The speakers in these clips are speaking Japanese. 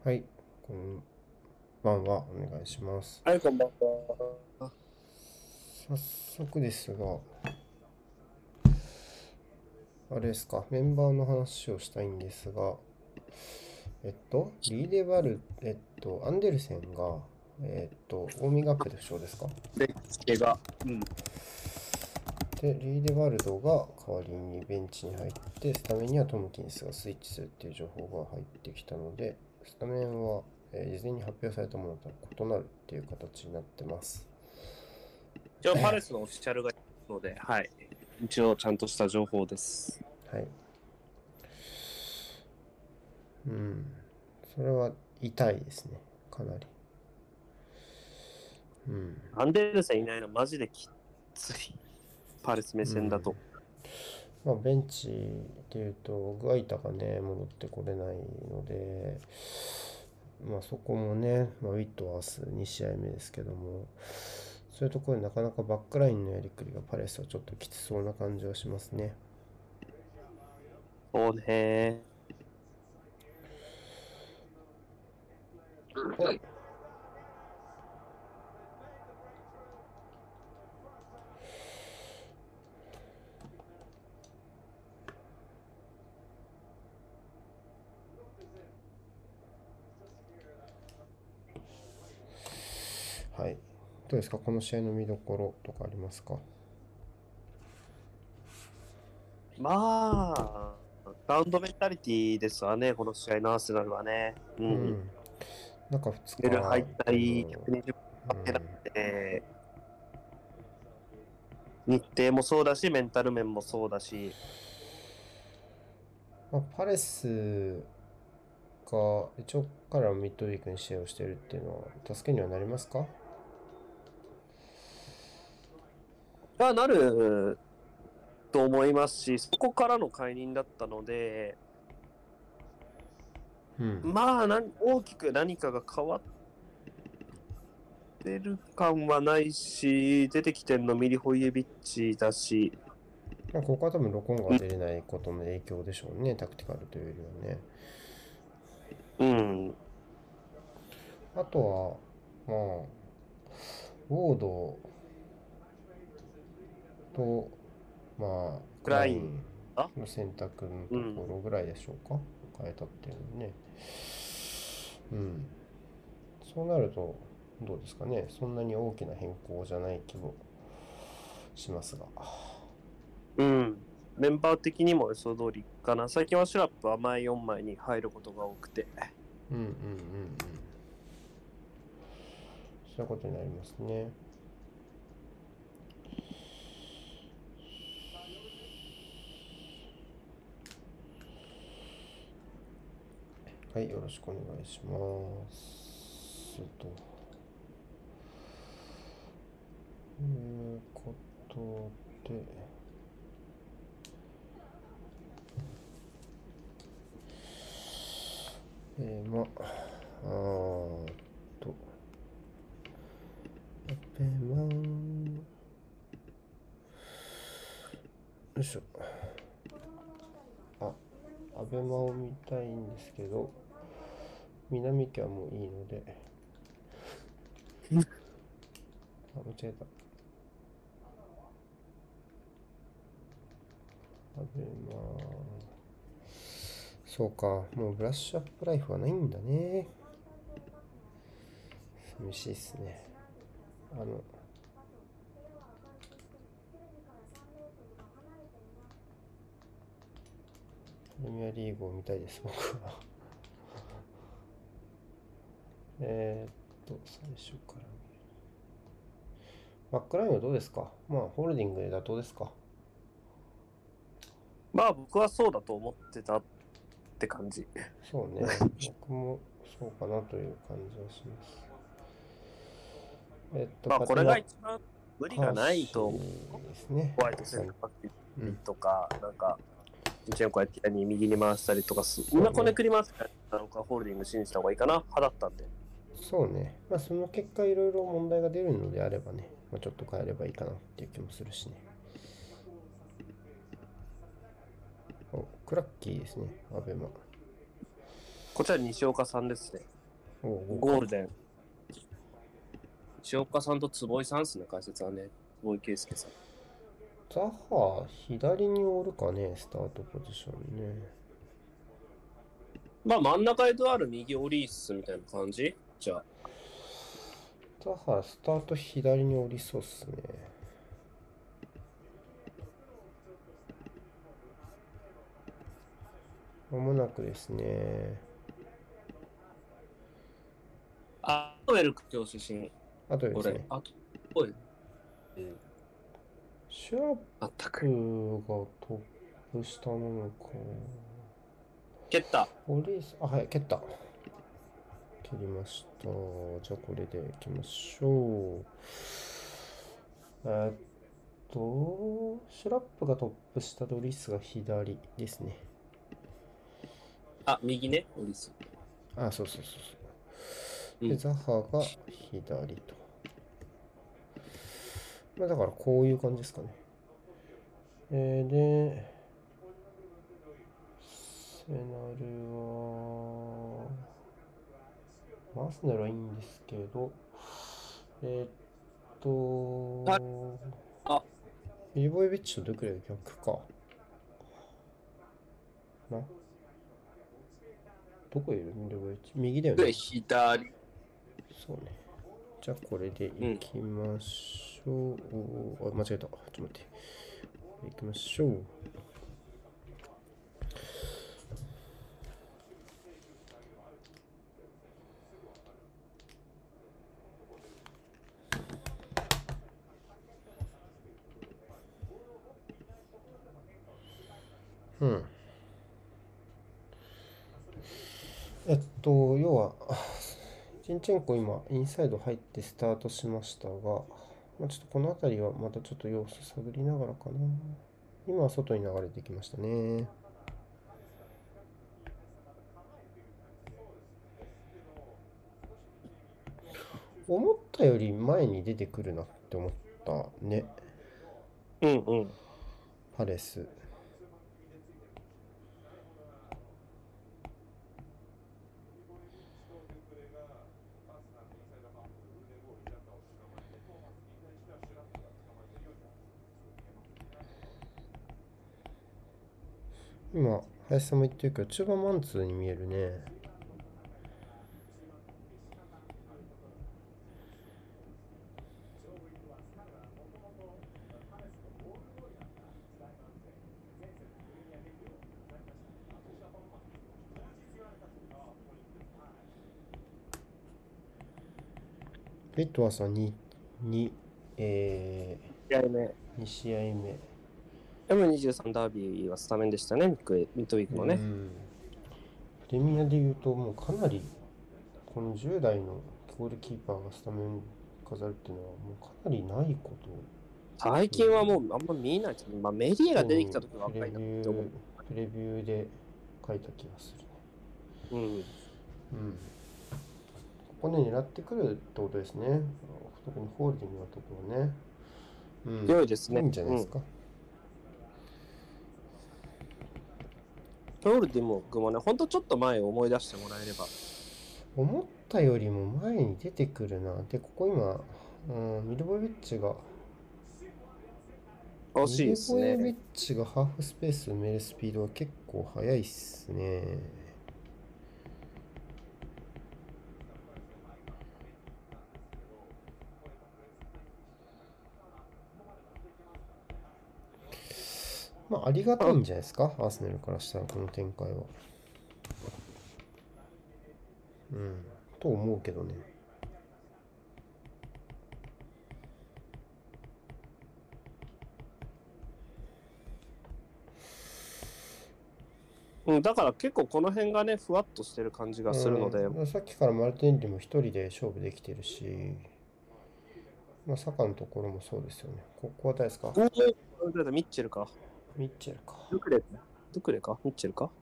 はい、こんばんは。お願いします。 はい、こんばんは。 早速ですが、あれですか、メンバーの話をしたいんですが、リーデバル、アンデルセンが、ウォーミングアップで負傷ですか？ で、けが、うん。 で、リーデバルドが代わりにベンチに入って、スタメンにはトムキンスがスイッチするっていう情報が入ってきたので、スタメンは、事前に発表されたものとは異なるっていう形になってます。 一応パレスのオフィシャルがいるので、はい。一応ちゃんとした情報です。 はい。うん。それは痛いですね。かなり。うん。 アンデルセンいないのマジできつい。パレス目うん。 線だと。 まあ、ベンチでいうと、グアイタがね、戻ってこれないので、まあそこもね、まあ、ウィットは明日2試合目ですけども、そういうところでなかなかバックラインのやりくりがパレスはちょっときつそうな感じはしますね。 そうね。 お、はい。どうですか、この試合の見どころとかありますか？ まあ、ラウンドメンタリティですわね、この試合のアーセナルはね。うん。 うん。中2 出る敗日で退の、 120 うん、 分けなくて、日程もそうだし、メンタル面もそうだし、 まあ、パレスが一応彼らミッドウィークに試合をしているっていうのは助けにはなりますか？ がなると思いますし、そこからの解任だったので、 うん。 まあ、大きく何かが変わってる感はないし、出てきてんのミリホイエビッチだし、 まあ、ここは多分ロコンがうん、 出れないことの影響でしょうね。タクティカルというよりはね。 うん、 あとは、まあ、ウォードと、まあ、ククラインラインあの選択のとうん。 ころぐらいでしょうか。変えたっていうのはね。うん。そうなると、どうですかね。そんなに大きな変更じゃない気もしますが。 うん。メンバー的にも予想通りかな。最近はシュラップは前4枚に入ることが多くて。 うんうんうんうん。そういうことになりますね。はい、よろしくお願いします。いうことで、まあ、と、アベマン、よいしょ。あ、アベマを見たいんですけど、南家はもういいので、あ、間違えた。アベマ、そうか、もうブラッシュアップライフはないんだね。寂しいっすね。あの、プレミアリーグを見たいです、僕は。最初からバックラインはどうですか？まあ、ホールディングで妥当ですか？ まあ僕はそうだと思ってたって感じ。 そうね。僕もそうかなという感じはします。 まあこれパティナが一番無理がカーないシと思う。 ーですね。 ホワイトセさん、 ンターバックうん。 とか、なんか、一応こうやって右に回したりとかみんなこねそうね。 くり回すからなんかホールディング信じた方がいいかな派だったんで。 そうね。まあ、その結果いろいろ問題が出るのであればね、まあ、ちょっと変えればいいかなっていう気もするしね。お、クラッキーですね。アベマ。 こちら西岡さんですね。 ゴールデン。石岡さんと坪井さんですね、解説はね。坪井圭介さん。 ザハ、左におるかね、スタートポジションね。 まあ真ん中エドワール、右オリースみたいな感じじゃあ。 ザハ、スタート左におりそうっすね。まもなくですね。 アトウェル今日出身。 あとですね。 あと、おい。 シュラッあったく。 プがトップ下なのか。 蹴った。 オリース、あ、はい、蹴った。蹴りました。じゃあこれでいきましょう。シュラップがトップ下でオリースが左ですね。 あ、右ね、オリース。 あ、そうそうそうそう。で、ザハが左と。まあだからこういう感じですかね。で、セナルは、アーセナルはいいんですけど、 あ、 ミリボイビッチとドゥクレが逆か。な。どこいるミリボイビッチ右だよね。 左。 そうね。じゃあこれでいきましょう。あ、間違えた。ちょっと待って。いきましょう。うん。要は、ジンチェンコ今、インサイド入ってスタートしましたが、まあ、ちょっとこの辺りはまたちょっと要素探りながらかな。今は外に流れてきましたね。思ったより前に出てくるなって思ったね。 うんうん。 パレス。今、林さんも言ってるけど、中盤マンツーに見えるね。ビットワースは2、 試合目。 2試合目。 M23 ダービーはスタメンでしたね、ミッドウィークのね。 プレミアで言うと、もうかなり、この10代のゴールキーパーがスタメン飾るっていうのは、もうかなりないこと。 最近はもうあんま見えないですね。まあメディアが出てきた時は若いなって思う。 プレビューで書いた気がする。ここね、狙ってくるってことですね。特にホールディングのところね。 強いですね。 いいんじゃないですか。 ホールディングもね、ほんとちょっと前を思い出してもらえれば。 思ったよりも前に出てくるな。で、ここ今、ミルボイビッチが、 惜しいですね。 ミルボイビッチがハーフスペース埋めるスピードは結構速いっすね。まあ、ありがたいんじゃないですか、アーセナルからしたら、この展開は。と思うけどね。 だから結構この辺がね、ふわっとしてる感じがするので。 さっきからマルティンリも一人で勝負できてるし、まあ、サカのところもそうですよね。ここは誰ですか？ ミッチェルか。 ミッチェルか。 ドゥクレかミッチェルか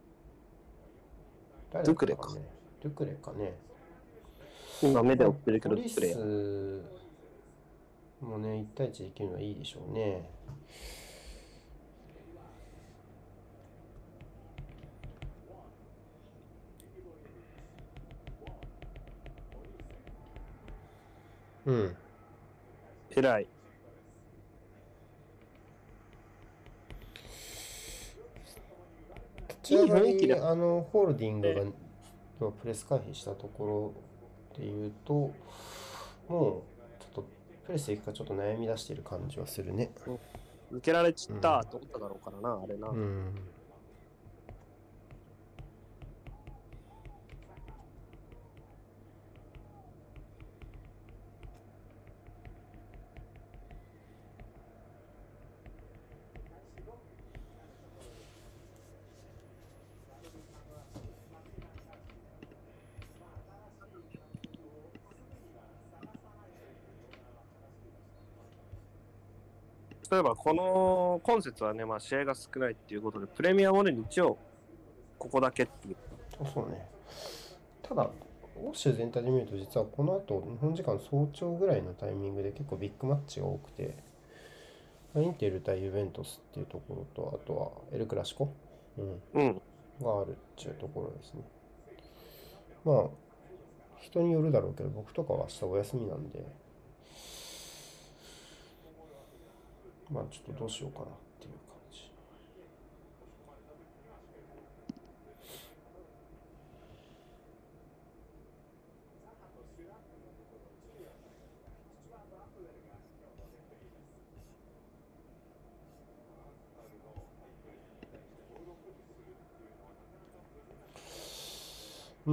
ドゥクレかね。ドゥクレかね。 今目で追ってるけど、 ドゥクレもね、1対1でいけるのはいいでしょうね。 うん。 偉い。 立ち上いいがり、 雰囲気だホールディングがね。 プレス回避したところで言うと、もうちょっとプレスいくかちょっと悩み出している感じはするね。 うん、抜けられちうん。 ったと思っただろうからな、あれな。 うん。 例えばこの今節はね、まあ、試合が少ないっていうことで、プレミアもね、日曜、ここだけっていう。 そうね。ただ、欧州全体で見ると、実はこの後、日本時間早朝ぐらいのタイミングで結構ビッグマッチが多くて、インテル対ユベントスっていうところと、あとはエルクラシコ、うん、 うん。 があるっていうところですね。まあ、人によるだろうけど、僕とかは明日お休みなんで、まあちょっとどうしようかなっていう感じ。うん。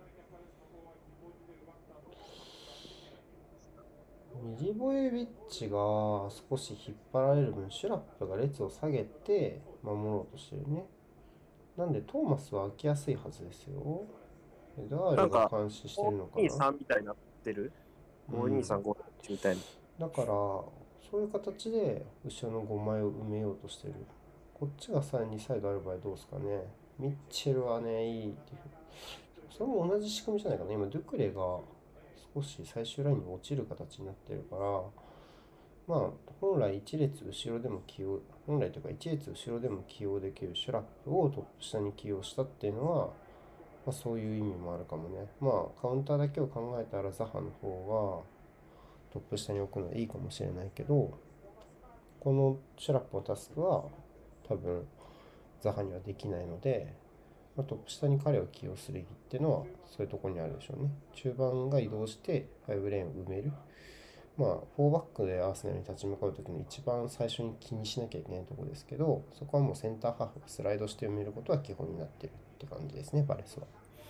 ミリボエビッチが少し引っ張られる分、シュラップが列を下げて守ろうとしてるね。なんでトーマスは開きやすいはずですよ。エドワールがなんか、 監視してるのかな。 523みたいになってる。 うん。 523、541みたいな。 だから、そういう形で後ろの5枚を埋めようとしてる。こっちがさらに2サイドある場合どうですかね。ミッチェルはね、いいっていう。それも同じ仕組みじゃないかな。今、ドゥクレが少し最終ラインに落ちる形になってるから、まあ、本来一列後ろでも起用、本来というか一列後ろでも起用できるシュラップをトップ下に起用したっていうのは、まあ、そういう意味もあるかもね。まあ、カウンターだけを考えたらザハの方がトップ下に置くのはいいかもしれないけど、このシュラップのタスクは多分ザハにはできないので、まあ、トップ下に彼を起用する意義っていうのはそういうところにあるでしょうね。中盤が移動して5レーンを埋める。まあ、4バックでアーセナルに立ち向かうときの一番最初に気にしなきゃいけないところですけど、そこはもうセンターハーフがスライドして埋めることは基本になっているって感じですね、バレスは。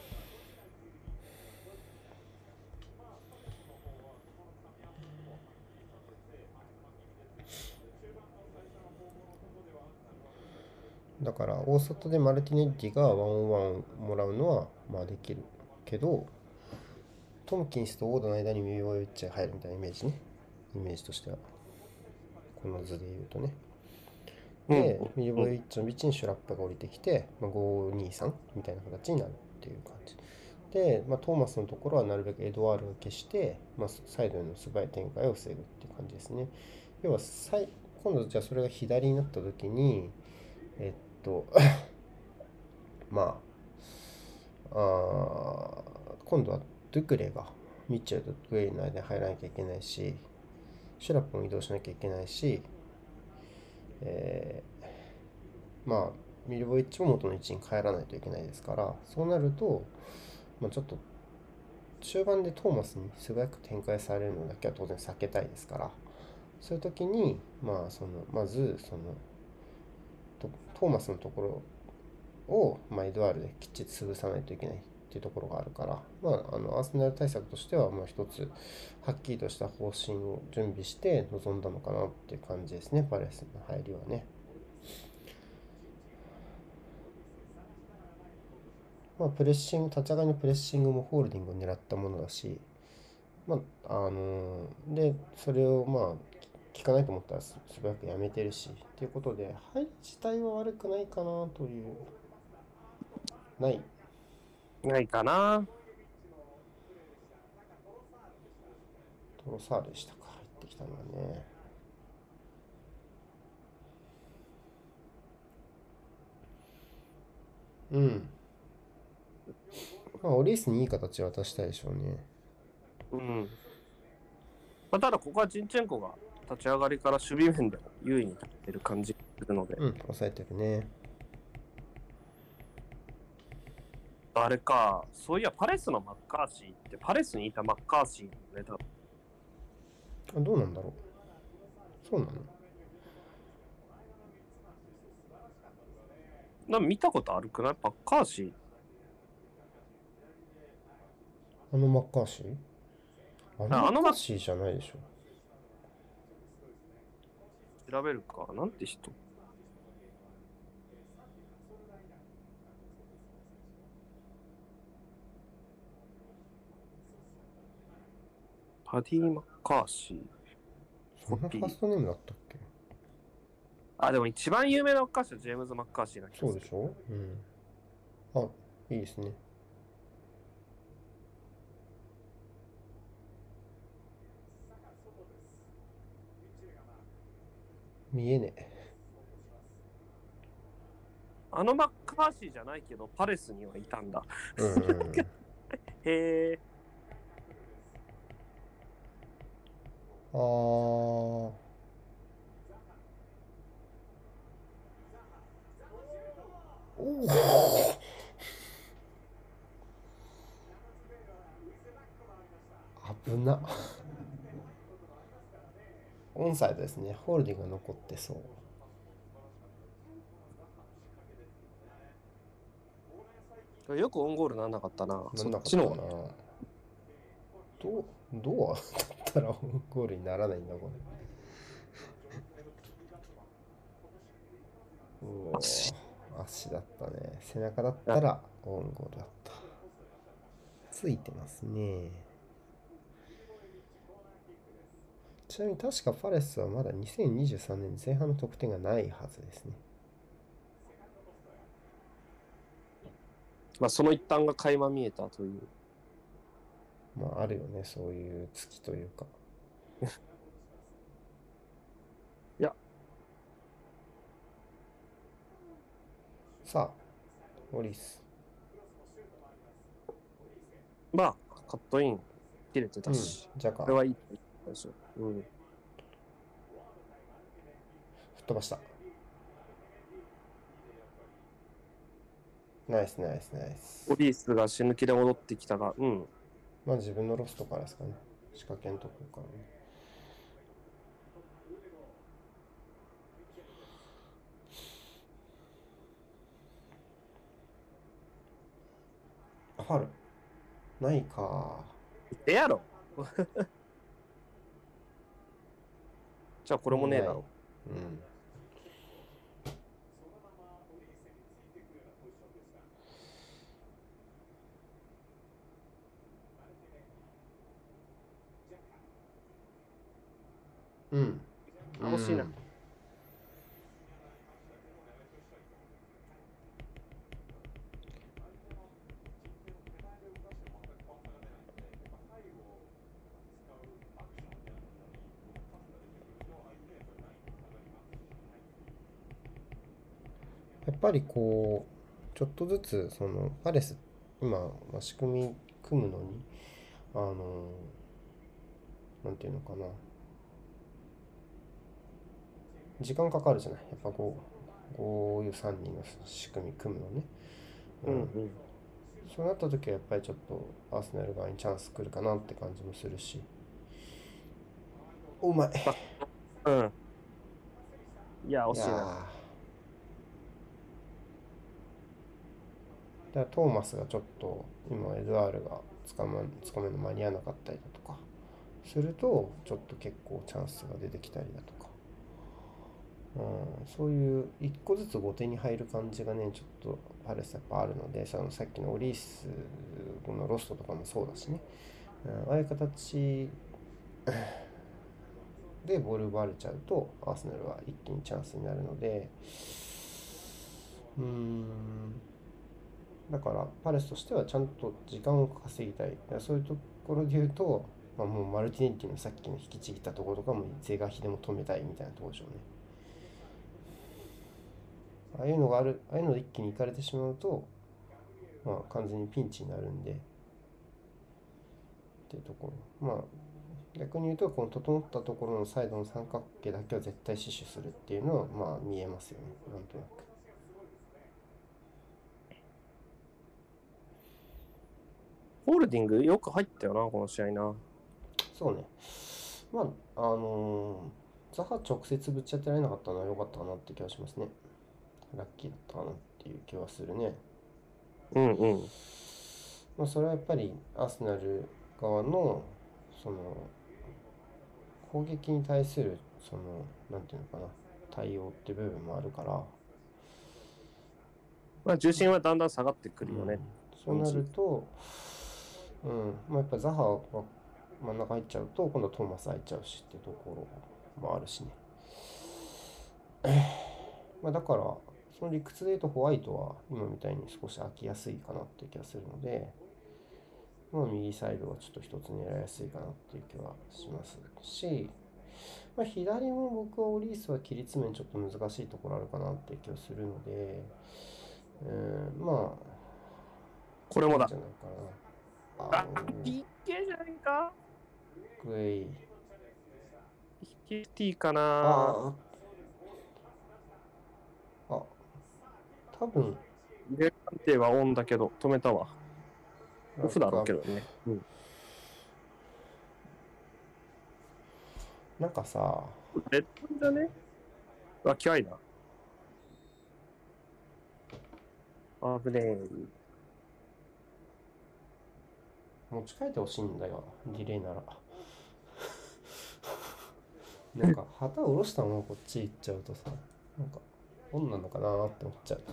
だから、大外でマルティネッリがワンオンワンもらうのはまあできるけど、トムキンスとオードの間にミリボイウッチが入るみたいなイメージね。イメージとしては。この図で言うとね。 うん。 で、ミリボイウッチの位置にシュラップが降りてきて、まあ、523みたいな形になるっていう感じ。で、まあ、トーマスのところはなるべくエドワールを消して、まあ、サイドへの素早い展開を防ぐっていう感じですね。要は今度じゃあそれが左になった時に、えっと、ま今度はドゥクレがミッチェルとドゥエイの間に入らなきゃいけないし、シュラップも移動しなきゃいけないし、えまあ、ミルボイッチも元の位置に帰らないといけないですから、そうなると、まあ、ちょっと中盤でトーマスに素早く展開されるのだけは当然避けたいですから、そういう時に、まずトーマスのところを、まあ、エドワールできっちり潰さないといけないっていうところがあるから、まあ、アーセナル対策としては、まあ、一つはっきりとした方針を準備して臨んだのかなっていう感じですね、パレスの入りはね。まあ、プレッシング、立ち上がりのプレッシングもホールディングを狙ったものだし、まあ、で、それをまあ、効かないと思ったら素早くやめてるし、っていうことで、入り自体は悪くないかなという、ない、 ないかな。 トロサールでしたか、入ってきたのはね。うん。まあ、オリースにいい形を渡したいでしょうね。 うん。 まあ、ただここはジンチェンコが立ち上がりから守備面でも優位に立ってる感じがするので、 抑えてるね。 あれか、そういやパレスのマッカーシーってパレスにいたマッカーシーのネタ。 どうなんだろう。そうなの？ 見たことあるくない？マッカーシマッカーシー？マッカーシーじゃないでしょ。 調べるか。なんて人？パディ・マッカーシー。 そんなファーストネームだったっけ？ でも一番有名なマッカーシーはジェームズ・マッカーシーな気がする。 そうでしょ？いいですね。見えねえ。 マッカーシーじゃないけどパレスにはいたんだ。へえ。 お危な。オンサイドですね。ホールディングが残ってそう。 よくオンゴールなんなかったな。 なんなかったな。どうだったらオンゴールにならないんだ、これ。足だったね。背中だったらオンゴールだった。ついてますね。ちなみに確かパレスはまだ2023年前半の得点がないはずですね。 その一端が垣間見えたという。 あるよね、そういう月というか。 いや。 さあ、オリス。 カットイン切れてたし、 じゃあこれはいいですよ。吹っ飛ばした。ナイスナイスナイス。 オリスが死ぬ気で戻ってきたが、 自分のロストからですかね。仕掛けんとこからね。ファルないか。 やろじゃあこれもねえだろ。惜しいな。 やっぱりこうちょっとずつそのパレス今仕組み組むのになんていうのかな、時間かかるじゃない。やっぱこういう3人の仕組み組むのね。そうなった時はやっぱりちょっとアーセナル側にチャンス来るかなって感じもするし。うまい。 いや惜しいな。 だからトーマスがちょっと今エドワールがつかめるの間に合わなかったりだとかするとちょっと結構チャンスが出てきたりだとか、そういう一個ずつ後手に入る感じがねちょっとパレスやっぱあるので、さっきのオリースのロストとかもそうだしね、ああいう形でボール奪われちゃうとアーセナルは一気にチャンスになるので、だからパレスとしてはちゃんと時間を稼ぎたい。そういうところで言うと、もうマルティネッリのさっきの引きちぎったところとかも是が非でも止めたいみたいなところでしょうね。ああいうのがある、ああいうので一気にいかれてしまうと、完全にピンチになるんでっていうところ。 逆に言うと、この整ったところのサイドの三角形だけは絶対死守するっていうのは、まあ見えますよね。なんとなく。 ホールディングよく入ったよな、この試合な。 そうね。まあ、ザハ直接ぶち当てられなかったのは良かったかなって気がしますね。ラッキーだったかなっていう気はするね。 うんうん。 まあ、それはやっぱりアーセナル側のその攻撃に対するそのなんていうのかな対応って部分もあるから、 まあ、重心はだんだん下がってくるよね。 そうなると、まあ、やっぱザハが真ん中入っちゃうと今度トーマス入っちゃうしってところもあるしね。まあ、だからその理屈で言うとホワイトは今みたいに少し空きやすいかなっていう気がするので、まあ、右サイドはちょっと一つ狙いやすいかなっていう気はしますし、まあ、左も僕はオリースは規律面ちょっと難しいところあるかなっていう気がするので、まあこれもだ。 いいんじゃないかな。 あ、PK じゃないか？ グエイ。 PKT かな？ ああ、多分。 入れ判定はオンだけど、止めたわ。オフだろうけどね。 なんかさ、 レッドじゃね？あ、キャイだ。危ねえ。 持ち替えてほしいんだよ、ディレイなら。なんか旗を下ろしたままこっち行っちゃうとさ、なんかオンなのかなーって思っちゃう。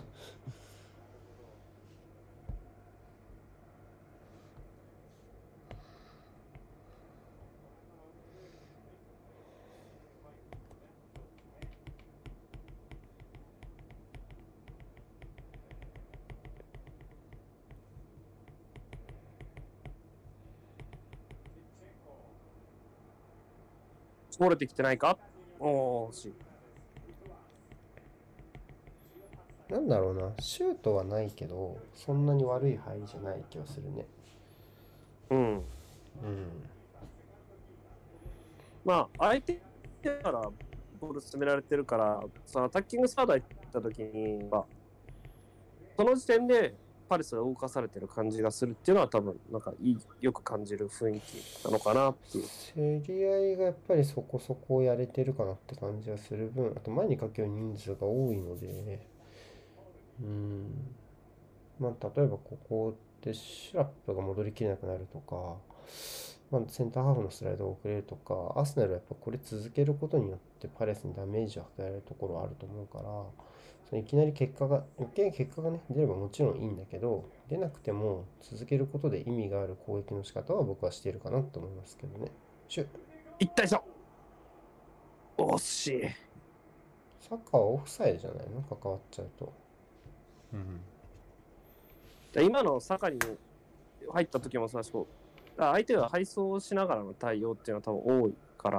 漏れてきてないか？おー、惜しい。 なんだろうな、シュートはないけど、そんなに悪い入りじゃない気がするね。 うん。まあ、相手からボール進められてるから、そのアタッキングサード行った時には、その時点でパレスが動かされてる感じがするっていうのは多分、なんかよく感じる雰囲気なのかなっていう。 競り合いがやっぱりそこそこやれてるかなって感じがする分、あと前にかける人数が多いので、まあ、例えばここでシュラップが戻りきれなくなるとか、まあ、センターハーフのスライドが遅れるとか、アーセナルはやっぱこれ続けることによってパレスにダメージを与えられるところはあると思うから、そのいきなり結果がね、出ればもちろんいいんだけど、出なくても続けることで意味がある攻撃の仕方は僕はしているかなと思いますけどね。 一体そう。惜しい。 サッカーはオフサイドじゃないの？関わっちゃうと。 今のサカに入った時もそうだし、相手が配送しながらの対応っていうのは多分多いから。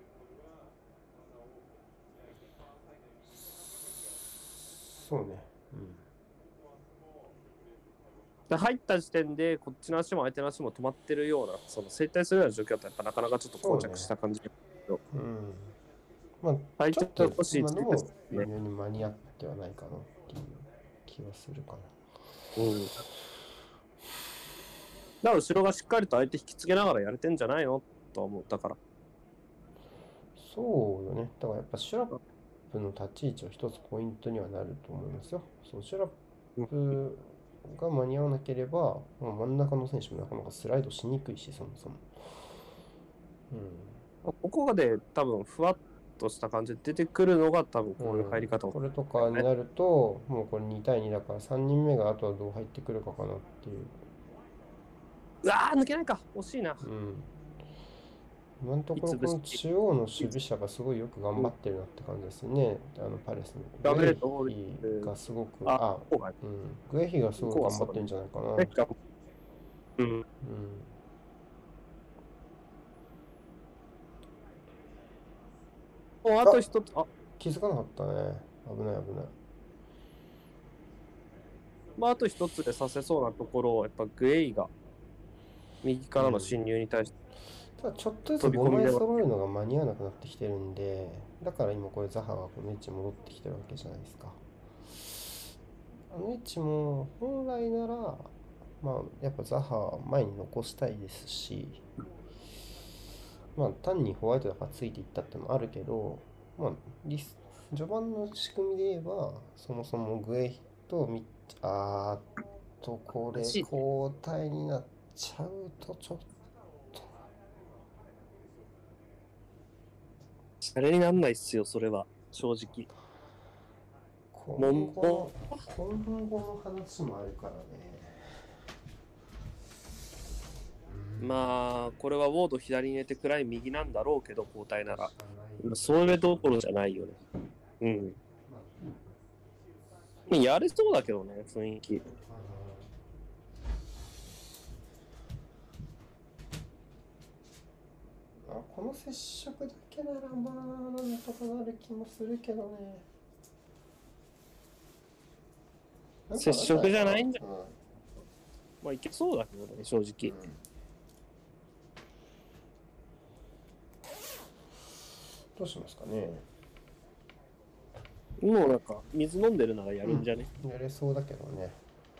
そうね。 で入った時点でこっちの足も相手の足も止まってるような、その正対するような状況だとやっぱなかなかちょっと膠着した感じ。 まあ、ちょっと今のも微ね、 妙に間に合ってはないかなっていう気はするかな。 だから後ろがしっかりと相手引きつけながらやれてんじゃないのと思う。だから。 そうよね。だからやっぱシュラップの立ち位置は一つポイントにはなると思いますよ。そうシュラップが間に合わなければ、真ん中の選手もなかなかスライドしにくいし、そもそも。 ここで多分ふわっとした感じで出てくるのが多分こういう入り方を、 これとかになると、もうこれ2対2だから3人目があとはどう入ってくるかかなっていう。 うわー抜けないか、惜しいな。 今のところこの中央の守備者がすごいよく頑張ってるなって感じですね。パレスのグエヒがすごく、グエヒがすごく頑張ってるんじゃないかな。 もうあと一つ、 気づかなかったね。危ない危ない。 まあ、あと一つでさせそうなところを、やっぱグエイが右からの侵入に対して、 ただちょっとずつ飛び込み 5枚で揃えるのが間に合わなくなってきてるんで、だから今これザハがこの位置に戻ってきてるわけじゃないですか。あの位置も本来なら、まあやっぱザハは前に残したいですし、まあ単にホワイトだからついていったってのもあるけど、まあ序盤の仕組みで言えば、そもそもグエヒとこれらしい。 交代になっちゃうとちょっと、 シャレになんないっすよ、それは。正直。 今後の話もあるからね。 まあ、これはウォード左に寝てくらい右なんだろうけど、交代なら。 しかない。 それどころじゃないよね。うん。やれそうだけどね、雰囲気。 この接触だけならまあなんとかなる気もするけどね。 接触じゃないんじゃ、 うん、 まあいけそうだけどね、正直。 どうしますかね。 もうなんか、水飲んでるならやるんじゃね。 やれそうだけどね。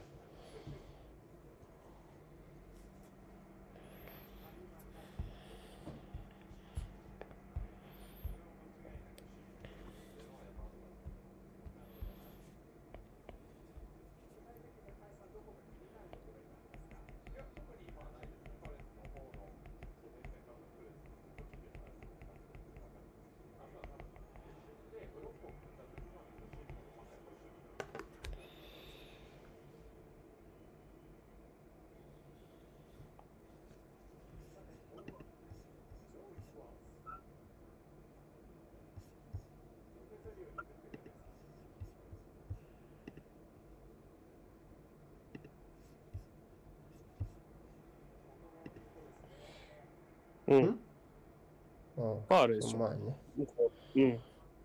うん。 んファールでしょ。 前ね。 うん。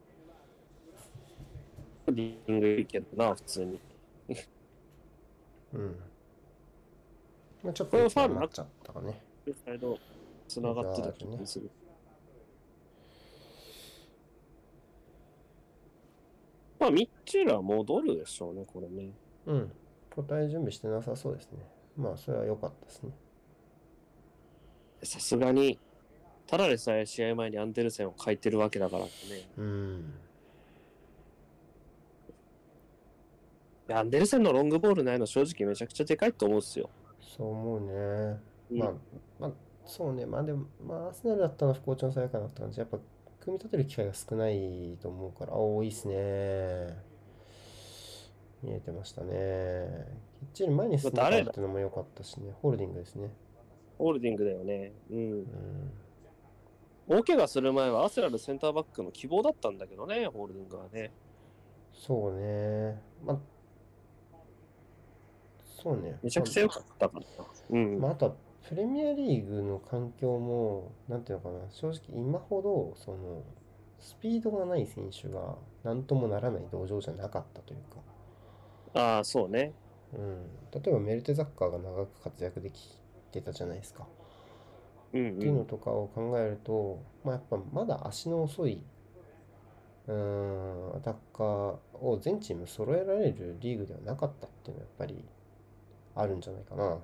リングいいけどな、普通に。 うん。まあ、ちょっとファールになっちゃったかね。 サイドつながってた気がする。まあ、ミッチェルは戻るでしょうね、これね。 うん。答え準備してなさそうですね。まあ、それは良かったですね。 さすがに、ただでさえ試合前にアンデルセンを書いてるわけだからね。 うん。 アンデルセンのロングボールないの正直めちゃくちゃでかいと思うんですよ。 そう思うね。 うんまあ、そうね。まあでも、アーセナルだったのは不好調の最下なって感じ。やっぱ、組み立てる機会が少ないと思うから、多いっすね。見えてましたね。きっちり前に進んでたっていうのも良かったしね。ホールディングですね。 ホールディングだよね。うん。 うん。 大怪我する前はアーセナルセンターバックの希望だったんだけどね、ホールディングはね。 そうね。そうね。 めちゃくちゃ良かったからな。うん。 あとはプレミアリーグの環境も、なんていうのかな、正直今ほど、スピードがない選手が何ともならない土壌じゃなかったというか、 ああ、そうね。 うん。例えばメルテザッカーが長く活躍できてたじゃないですか。 うんっていうのとかを考えると、やっぱまだ足の遅い、アタッカーを全チーム揃えられるリーグではなかったっていうのはやっぱりあるんじゃないかな。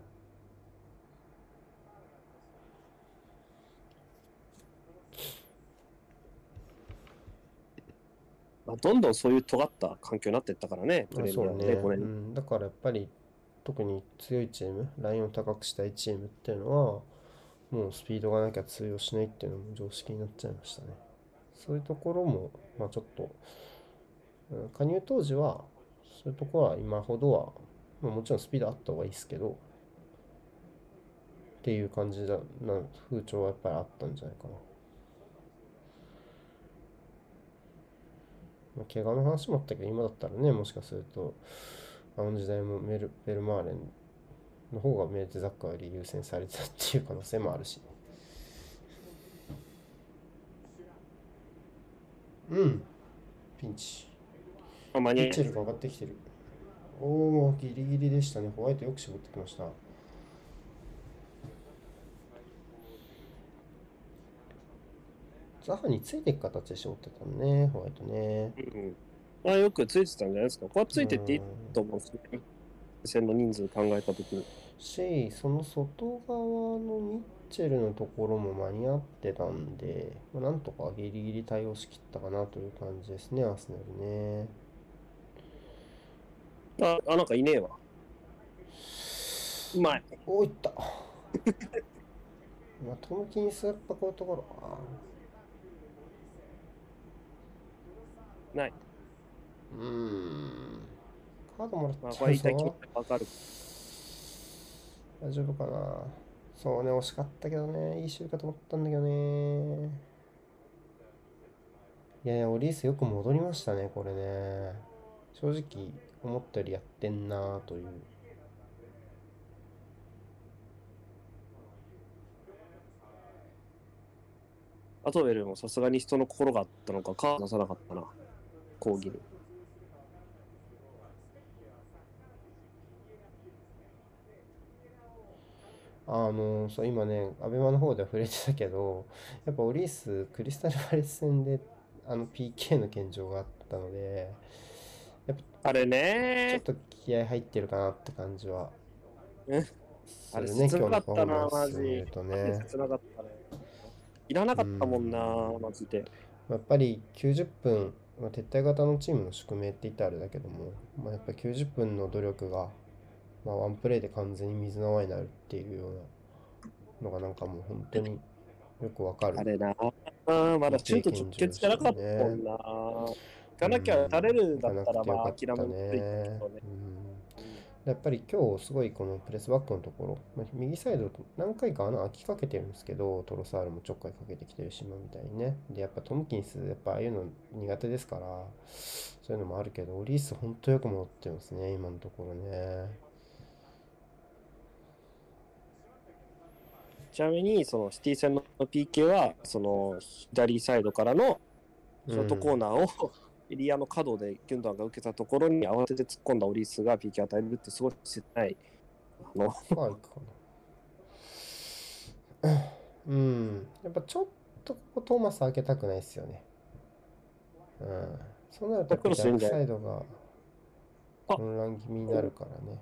どんどんそういう尖った環境になっていったからね、プレミアね、 でこれ、 だからやっぱり特に強いチーム、ラインを高くしたいチームっていうのは、もうスピードがなきゃ通用しないっていうのも常識になっちゃいましたね。そういうところも、ちょっと、加入当時は、そういうところは今ほどは、もちろんスピードあった方がいいですけど、っていう感じな風潮はやっぱりあったんじゃないかな。怪我の話もあったけど、今だったらね、もしかすると、あの時代もベルマーレンの方がメルテザッカーより優先されてたっていう可能性もあるし。うん。ピンチ。ミッチェルが上がってきてる。おお、ギリギリでしたね。ホワイトよく絞ってきました。 ザハについていく形で絞ってたのね、ホワイトね。 うん。よくついてたんじゃないですか。ここはついてっていいうんと思うんですよね。戦の人数考えたときに。 その外側のミッチェルのところも間に合ってたんで、なんとかギリギリ対応しきったかなという感じですね、アーセナルね。 なんかいねえわ。うまい。 おいった。トムキンスやっぱこういうところか。 ない。 カードもらっちこれ言いたい気持ゃうぞ。 ちわかる。 大丈夫かな。そうね、惜しかったけどね。いいシュートと思ったんだけどね。いやいや、オリースよく戻りましたね、これね。正直、思ったよりやってんなーという。 アトウェルもさすがに人の心があったのか、カード出さなかったな。講義に。 そう、今ね、アベマの方では触れてたけど、やっぱオリース、クリスタルパレス戦で、PK の献上があったので、やっぱあれちょっねと気合入ってるかなって感じはー。あれするね、今日の切なかったな、 パフォーマンマジ。 スを見るとマジでね。 切なかったね。いらなうーかったもんな、 ん。 マジで。 やっぱり90分、撤退型のチームの宿命って言ったらあれだけども、やっぱり90分の努力が、ワンプレーで完全に水の泡になるっていうようなのがなんかもう本当によくわかるあれな。まだシュー PK ト直献上でしたよ結じゃなかったもね。 んな。行かなきゃ打たれるんだ行かなくったら、 てよかっ諦ためついたけね。 どね。 やっぱり今日すごいこのプレスバックのところ、右サイド何回か穴開きかけてるんですけど、トロサールもちょっかいかけてきてるし、みたいにね。で、やっぱトムキンス、やっぱああいうの苦手ですから、そういうのもあるけど、オリース本当よく戻ってますね、今のところね。 ちなみに、そのシティ戦の PK は、その左サイドからのショートコーナーを、エリアの角でギュンドアンが受けたところに慌てて突っ込んだオリースが PK 与えるってすごい切ない。 あ、行くかな。やっぱちょっとここトーマス開けたくないですよね。そうなるとやっクぱ逆ロスいいんじゃない？ サイドがあ、 混乱気味になるからね。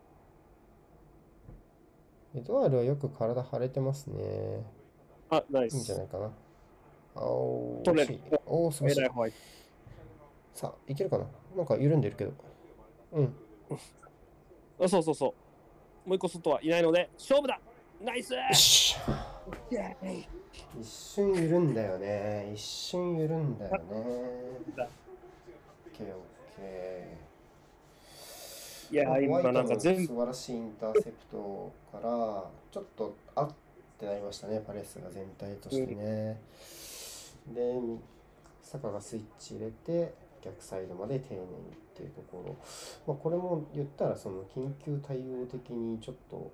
エドワールはよく体腫れてますね。 ナイいいんじゃス。 ないかな。惜しい。 取れる。 素晴らしい。 エライホワイト。 さあ、いけるかな。なんか緩んでるけど。うん。 そうそうそう。もう一個外はいないので、勝負だ。ナイス。 よし。一瞬緩んだよね。一瞬緩んだよね。オッケーオッケいやー。ホワイ今トのなんか全部、 素晴らしいインターセプトから、ちょっとあってなりましたね、パレスが全体としてね。で、サカがスイッチ入れて、逆サイドまで丁寧にっていうところ。これも言ったら、その緊急対応的にちょっと、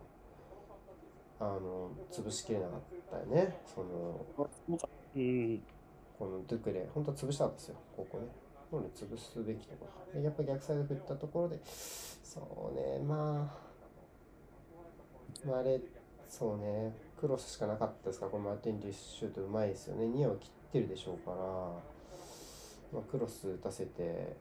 潰しきれなかったよね。このドゥクレ、本当は潰したんですよ、ここね。これ潰すべきところ。で、やっぱり逆サイド振ったところで、そうね、あれ、そうね、クロスしかなかったですから、このマーティン・リッシュートうまいですよね。ニアを切ってるでしょうから、クロス打たせて、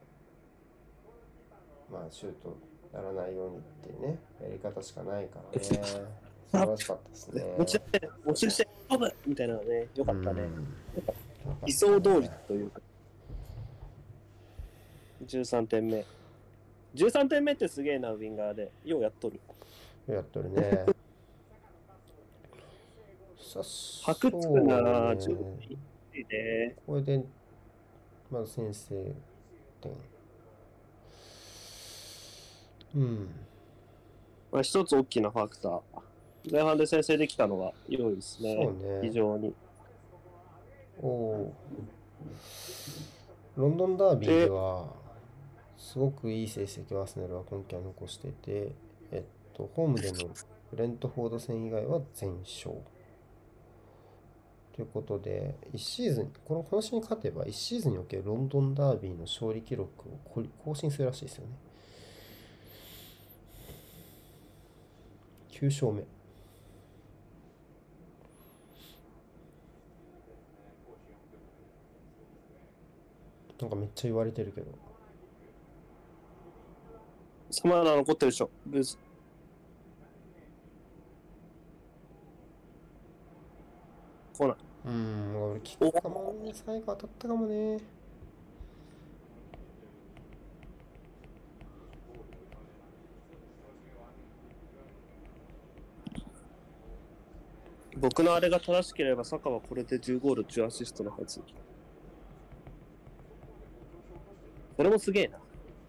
シュートやらないようにっていうね、やり方しかないからね。素晴らしかったですね。 持ち出して、飛ぶみたいなのね、よかったね。理想そう通りというか。13点目。13点目ってすげえな、ウィンガーで。ようやっとる。 やっとるね。 白つくな、 そうね。 いいね。 これで、まず先制点。 一つ大きなファクター。前半で先制できたのが良いですね。 そうね。 非常に。 ロンドンダービーでは、すごくいい成績をアーセナルは今季は残していて、ホームでのブレントフォード戦以外は全勝。ということで、1シーズン、この試合に勝てば、1シーズンにおけるロンドンダービーの勝利記録を更新するらしいですよね。9勝目。 なんかめっちゃ言われてるけど。 サマーナ残ってるでしょ。ブース。来ない。 俺キッおクかもね。最後当たったかもね。 僕のあれが正しければ、サカはこれで10ゴール、10アシストのはず。それもすげえな。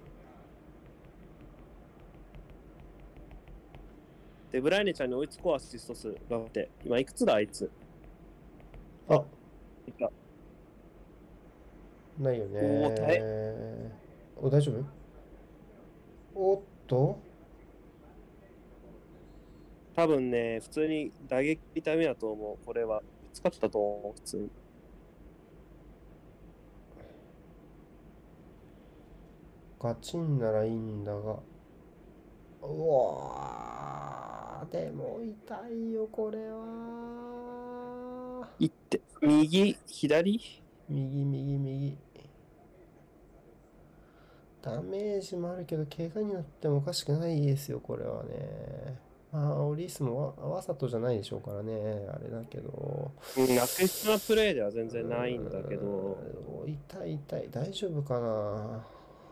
で、ブライネちゃんに追いつこうアシスト数があって、今いくつだあいつ。 あ、 いた。 ないよおー、大変。 ね。大丈夫？おっと、 多分ね、普通に打撃痛めだと思う。これは。使ってたと思う、普通に。 ガチンならいいんだが。うわー、でも痛いよ、これは。 いって。右、左右、右、右。ダメージもあるけど、怪我になってもおかしくないですよ、これはね。まあ、オリスもわざとじゃないでしょうからね、あれだけど。 うん、悪質なプレーでは全然ないんだけど、 痛い痛い、大丈夫かな。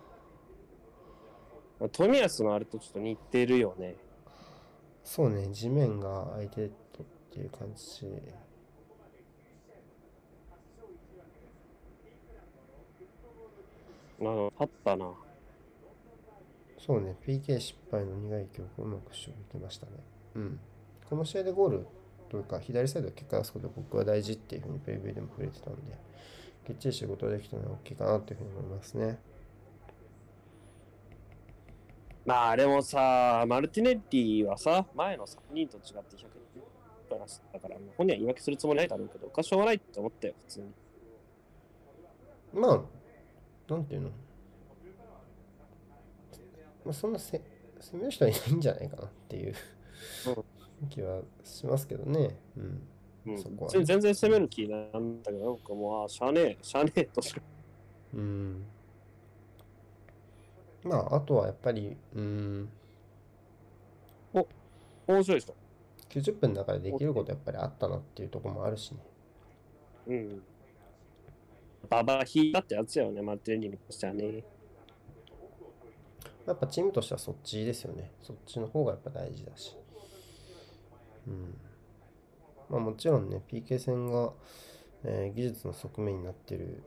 冨安のあれとちょっと似てるよね。 そうね、地面が相手とっていう感じ。 あったな。 そうね、PK 失敗の苦い記憶をうまく処理できましたね。うん。この試合でゴールというか、左サイドで結果出すことが僕は大事っていうふうにペイペイでも触れてたんで、きっちり仕事ができたのは大きいかなというふうに思いますね。 まあ、あれもさ、マルティネッリはさ、前の3人と違って100プラスだから、本人は言い訳するつもりないだろうけど、おかしょうがないって思ったよ、普通に。 まあ、なんていうの、まあ、そんな攻める人はいないんじゃないかなっていう気はしますけどね。うん。 うん、 そこはね。 全然攻める気なんだけど、なんかもう、しゃあねえ、しゃあねえとしか。 うん。まあ、あとはやっぱり、 面白いでしょ。 90分の中でできることやっぱりあったなっていうところもあるしね。 うん。ババヒだってやつやよね、マルティネッリに関してはね。 やっぱチームとしてはそっちですよね。そっちの方がやっぱ大事だし。うん。まあもちろんね、PK 戦が、技術の側面になってる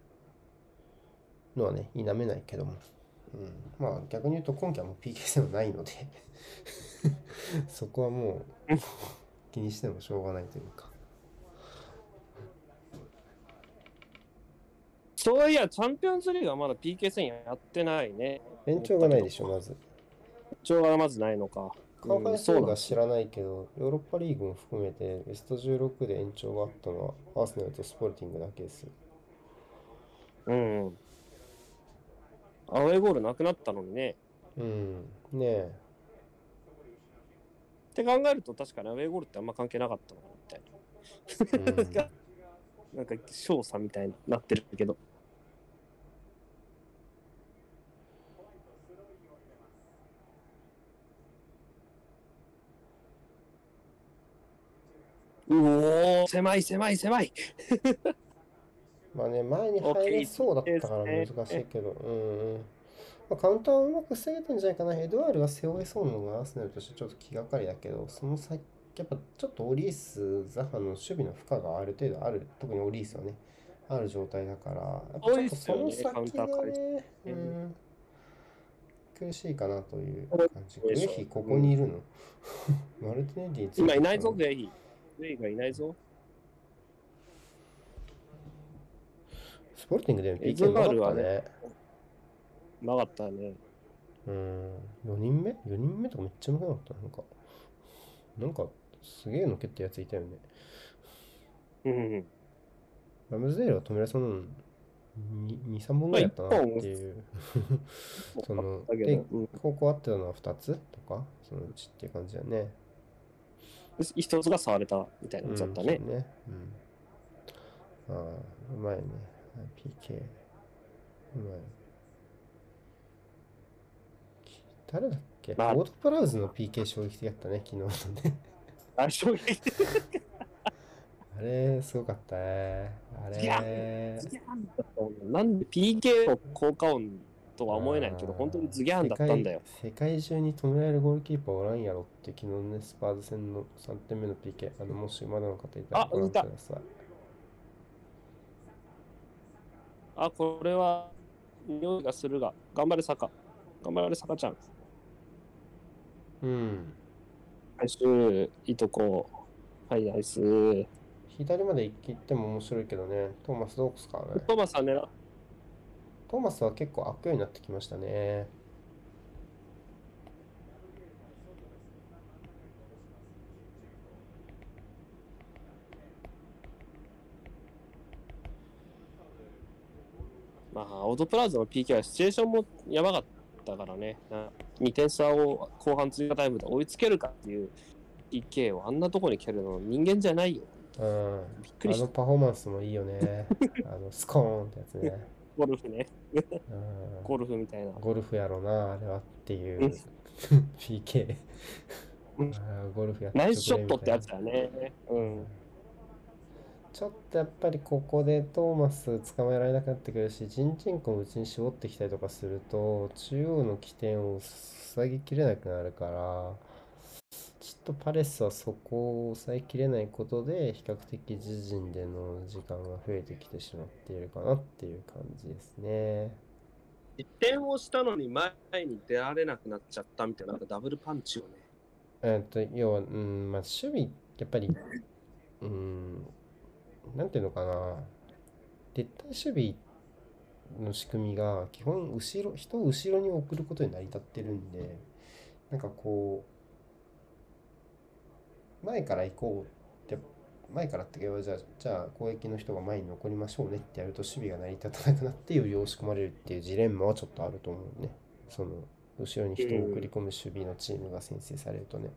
のはね、否めないけども。うん。まあ逆に言うと今季はもう PK 戦はないのでそこはもう気にしてもしょうがないというか。 そういや、チャンピオンズリーグはまだ PK 戦やってないね。 延長がないでしょ、まず。 延長がまずないのか。 カーファイそう 4が知らないけど、ヨーロッパリーグも含めてベスト16で延長があったのはアーセナルとスポルティングだけですよ。 うん。アウェーゴールなくなったのにね。 うん。ねえ。 って考えると確かにアウェーゴールってあんま関係なかったのかなみたいな。なんか勝差みたいになってるけど。うおー、狭い狭い狭い。 まあね、前に入れそうだったから難しいけど、まあ、カウンターをうまく防げたんじゃないかな。エドワールが背負えそうなのがアーセナルとしてちょっと気がかりだけど、その先、やっぱちょっとオリース、ザハの守備の負荷がある程度ある、特にオリースはね、ある状態だから、やっぱちょっとその先がね、苦しいかなという感じ。グエヒ、ここにいるのマルティネッリー今いないぞ、グエヒ。グエヒがいないぞ。 スポルティングでも PK なかったね。 なかったね。 4人目 ?4 人目とかめっちゃうまくなかった。なんか、すげえのけってやついたよね。 うん。 ラムズデールは止められそうなの2、3本ぐらいやったなっていう。その、で、高校合ってたのは2つとか、そのうちっていう感じだよね。 一つが触れたみたいなやつだったね。 ああ、うまいね。PK。 うまい。誰だっけ、 まあ、 オートプラウズの PK 衝撃的だったね、昨日のね。 衝撃的。 あれ、すごかったね。あズギャンれ、 ズギャンだったもん。なんで PK の効果音とは思えないけど、本当にズギャンだったんだよ。 世界中に止められるゴールキーパーおらんやろって昨日のね、スパーズ戦の3点目の PK、もしまだの方いたらあ、 ご覧いた。 ください。 あ、これは、匂いがするが、頑張れ、坂。頑張れ、坂ちゃん。 うん。 最終、いいとこ。はい、ナイス。 左まで行っても面白いけどね、トーマスどうですかね。 トーマスさん狙トーマスは結構開くようになってきましたね。 まあ、オートプラウズの PK はシチュエーションもやばかったからね。2点差を後半追加タイムで追いつけるかっていう PK をあんなとこに蹴るの人間じゃないよ。 うん。 びっくりした。 パフォーマンスもいいよね。スコーンってやつね。 ゴルフね。 うん。 ゴルフみたいな。 ゴルフやろな、あれはっていう PK。ゴルフやってナイくスショットってれみたいな。 やつだね。うん。 ちょっとやっぱりここでトーマス捕まえられなくなってくるし、ジンチェンコを内に絞ってきたりとかすると、中央の起点を塞ぎきれなくなるから、ちょっとパレスはそこを抑えきれないことで、比較的自陣での時間が増えてきてしまっているかなっていう感じですね。 1点をしたのに前に出られなくなっちゃったみたいな、なんかダブルパンチをね。 要は、まあ、守備、やっぱり、なんていうのかな、撤退守備の仕組みが基本人を後ろに送ることに成り立ってるんで、なんかこう、前から行こうって、前からって言えば、じゃあ攻撃の人が前に残りましょうねってやると守備が成り立たなくなってより押し込まれるっていうジレンマはちょっとあると思うね。その、後ろに人を送り込む守備のチームが先制されるとね。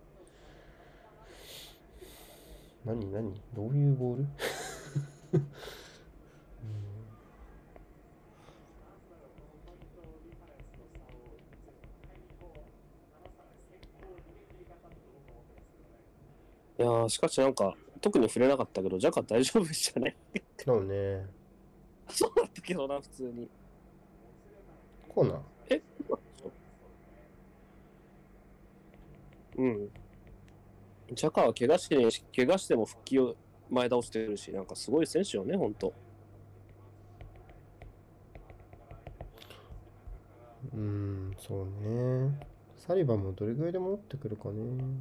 何どういうボールいやー、しかしなんか、特に触れなかったけど、ジャカ大丈夫でしたね。 そうね。 そうだったけどな、普通に。 コーナー。 えうん。ジャカは怪我しても復帰を前倒してるし、なんかすごい選手よね、ほんと。 そうね。サリバンもどれぐらいで戻ってくるかね。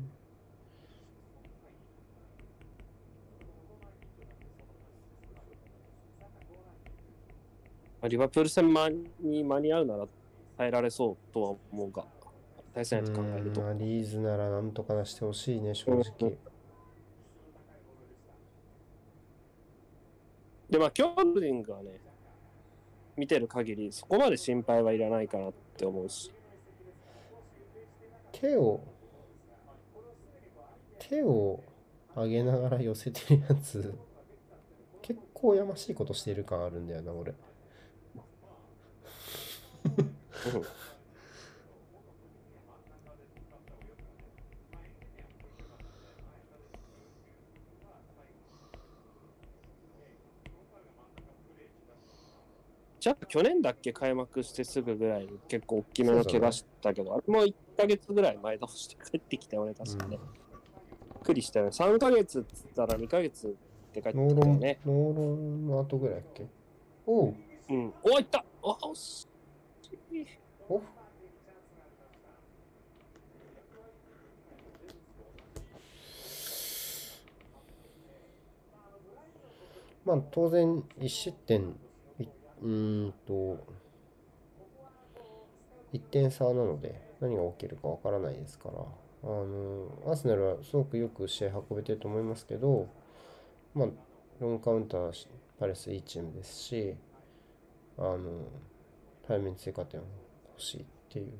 リバプール戦に間に合うなら耐えられそうとは思うが、対戦相手考えると。 リーズならなんとかなしてほしいね、正直。 で、まあ、キョルディングはね、見てる限り、そこまで心配はいらないかなって思うし。 手を上げながら寄せてるやつ、結構やましいことしてる感あるんだよな、俺。 じゃあ去年だっけ開幕してすぐぐらいに結構大きめの怪我したけど、あれも1ヶ月ぐらい前倒して帰ってきたよね、確かね。びっくりしたよね。3ヶ月っつったら2ヶ月って帰ってきたよね。 ノーロンの後ぐらいだっけ。おう。 うん。おいった惜しい。 おまあ当然1失点1点差なので何が起きるかわからないですから、アーセナルはすごくよく試合運べてると思いますけど、まあ、ロングカウンターパレスいいチームですし、早めに追加点欲しいっていう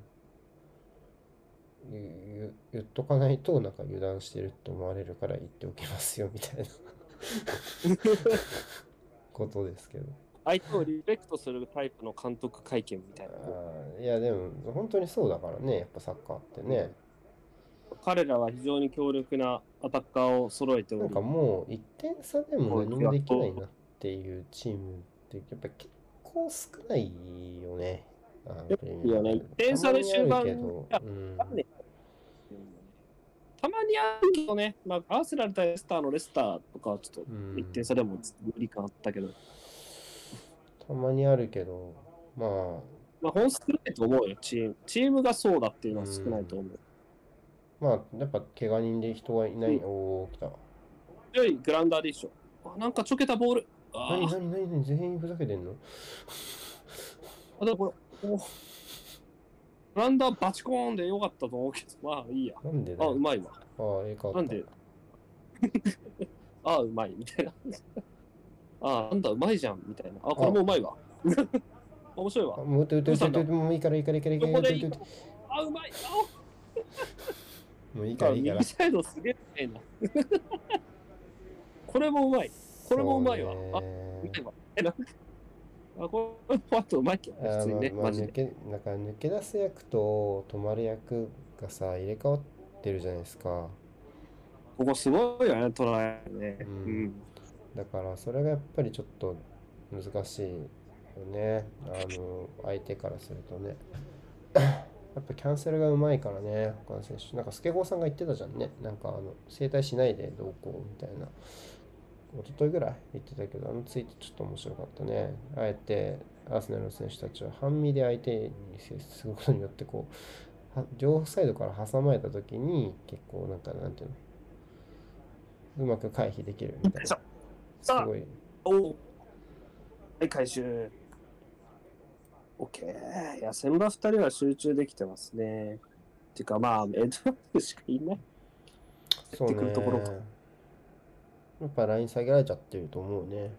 言っとかないとなんか油断してるって思われるから言っておきますよみたいなことですけど。 相手をリスペクトするタイプの監督会見みたいな。 いやでも本当にそうだからね、やっぱサッカーってね。 彼らは非常に強力なアタッカーを揃えており、 なんかもう1点差でも何もできないなっていうチームってやっぱ結構少ないよね。プレミアムリーグ 1点差で終盤、 たまにあるけど、 たまにあるけどね、まあ、アーセナル対レスターのレスターとかはちょっと1点差でも無理感あったけど、 たまにあるけど、まあ本数少ないと思うよ、チームがそうだっていうのは少ないと思う。 まあやっぱ怪我人で人がいない、おお来た。 強いグラウンダーでしょ。なんかちょけたボール。 何全員ふざけてんの？ だこれグラウンダーバチコーンでよかったと思うけど、まあいいや。 なんでだよ。 うまいわ。なんでうまいみたいな。なんだうまいじゃんみたいな。これもうまいわ。面白いわ。 もうもういいから。うまい。もういいから。 右サイドすげえな。これもうまい。これもうまいわ。見てば。これあとうまいけどね、普通にね。マジで。 なんか抜け出す役と止まる役がさ、入れ替わってるじゃないですか。 ここすごいよね、トライね。 だからそれがやっぱりちょっと難しいよね。相手からするとね。やっぱキャンセルがうまいからね、他の選手。なんかスケゴーさんが言ってたじゃんね。なんか整体しないでどうこうみたいな。一昨日ぐらい言ってたけど、ツイートちょっと面白かったね。あえてアーセナルの選手たちは半身で相手に接することによって両サイドから挟まれた時に結構なんていうの、うまく回避できるみたいな。すごい。 はい、回収。OK。いや、先場2人は集中できてますね。っていうか、まあ、エドワードしかいない。 そうね。やっぱライン下げられちゃってると思うね。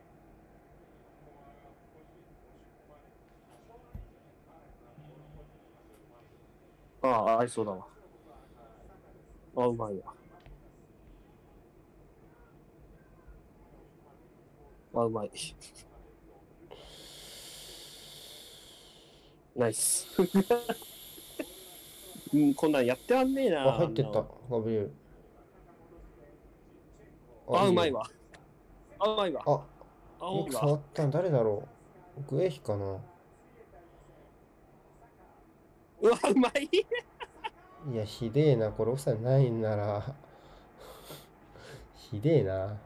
合いそうだわ。うまいわ。うまい。ナイス。こんなんやってらんねえな。 入ってった、ガブリエル。 うまいわ。うまいわ。 よく触ったの誰だろう。グエヒかな。 うまい。 いや、ひでえな。これオフサイドないんなら。ひでえな。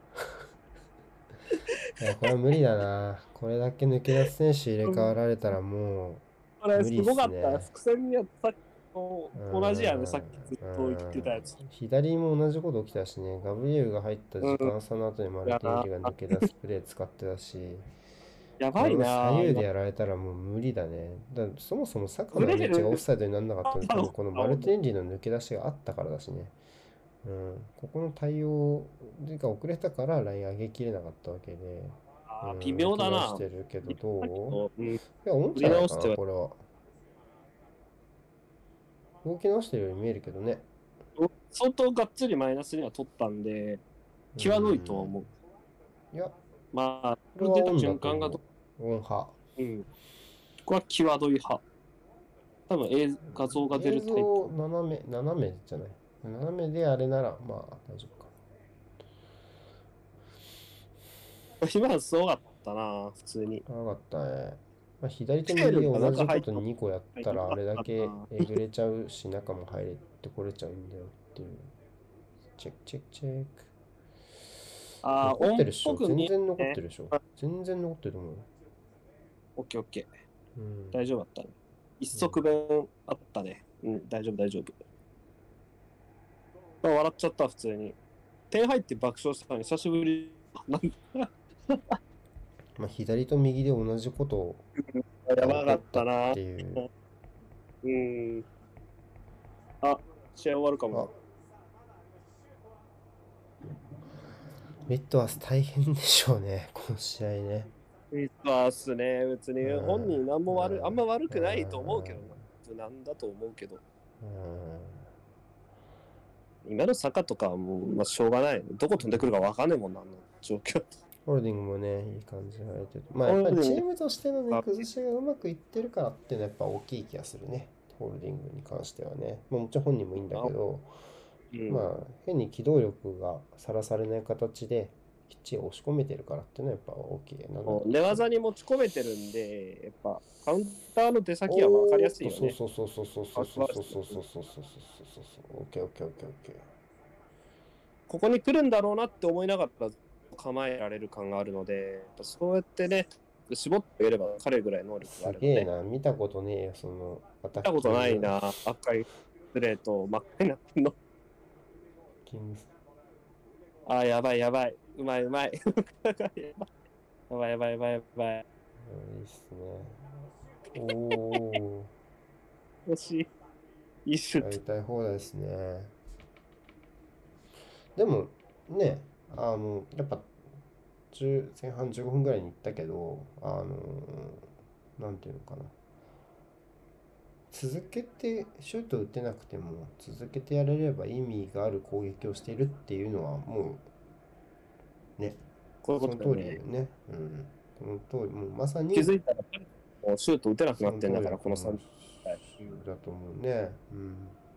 いや、これは無理だな。これだけ抜け出す選手入れ替わられたらもう無理っすね。 すごかった。伏線にはさっきと同じやね、さっきずっと言ってたやつ。 左も同じこと起きたしね。ガブリエルが入った時間差の後にマルティネリが抜け出すプレー使ってたし。 やばいな。 左右でやられたらもう無理だね。そもそもサカの位置がオフサイドにならなかったのはこのマルティネリの抜け出しがあったからだしね。ここの対応が遅れたからライン上げきれなかったわけで。 微妙だな。 してるけどどう？いや、思ったないかな、これは。動き直してるように見えるけどね。 相当がっつりマイナスには取ったんで、際どいとは思う。 いや、 まあ、出た瞬間がオン派。 ここは際どい派。多分画像が出るタイプ。 斜めじゃない。斜めであれなら、まあ大丈夫か。 今はすごかったな、普通に。 すごかったね。左と右で同じこと2個やったらあれだけえぐれちゃうし、中も入れてこれちゃうんだよっていう。チェック。残ってるっしょ。全然残ってるでしょ。全然残ってると思う。 オッケー。大丈夫だったね。一足分あったね。大丈夫。笑っちゃった、普通に。点入って爆笑したのに久しぶり。 左と右で同じことをやばかったなっていう。 試合終わるかも。 ミッドワース大変でしょうね、この試合ね。 ミッドワースね、別に本人あんま悪くないと思うけど、なんだと思うけど。今の坂とかはもう、しょうがない。どこ飛んでくるか分かんないもんな、あの状況。 ホールディングもね、いい感じで入れてる。まあホやっぱりールディングチームとしてのね、 が、 崩しがうまくいってるからっていうのはやっぱ大きい気がするね。ホールディングに関してはね。まあ、もちろん本人もいいんだけど、 うん、 まあ変に機動力がさらされない形できっちり押し込めてるからっていうのはやっぱ大きいなんだろう。 寝技に持ち込めてるんで、やっぱカウンターの出先は分かりやおーっと、 すいよね。 そうそうそうそうそうそうそうそうそうそうそうそうそうそう。オッケーオッケーオッケーオッケー。 ここに来るんだろうなって思いながら構えられる感があるので、やっぱそうやってね、絞ってあげれば彼ぐらい能力があするので、 げえな、見たことねえよ、そのアタッ見たことキング。 ないな、赤いスレート真っ赤になってんの。 キングあー、やばいやばい。うまいうまい。やばいやばいやばいやばい。 いいっすね。おお、 惜しい。いいシュート。 やりたい放題ですね。でもね、やっぱ前半15分ぐらいに行ったけど、なんていうのかな。続けてシュート打てなくても続けてやれれば意味がある攻撃をしているっていうのはもうね、 こういうこその通とだよね。 りだよね。うん。その通り、もうまさに気づいたら、もうシュート打てなくなその通ってんだから、このりだと思う。 3回。うん。 だと思うね。うん。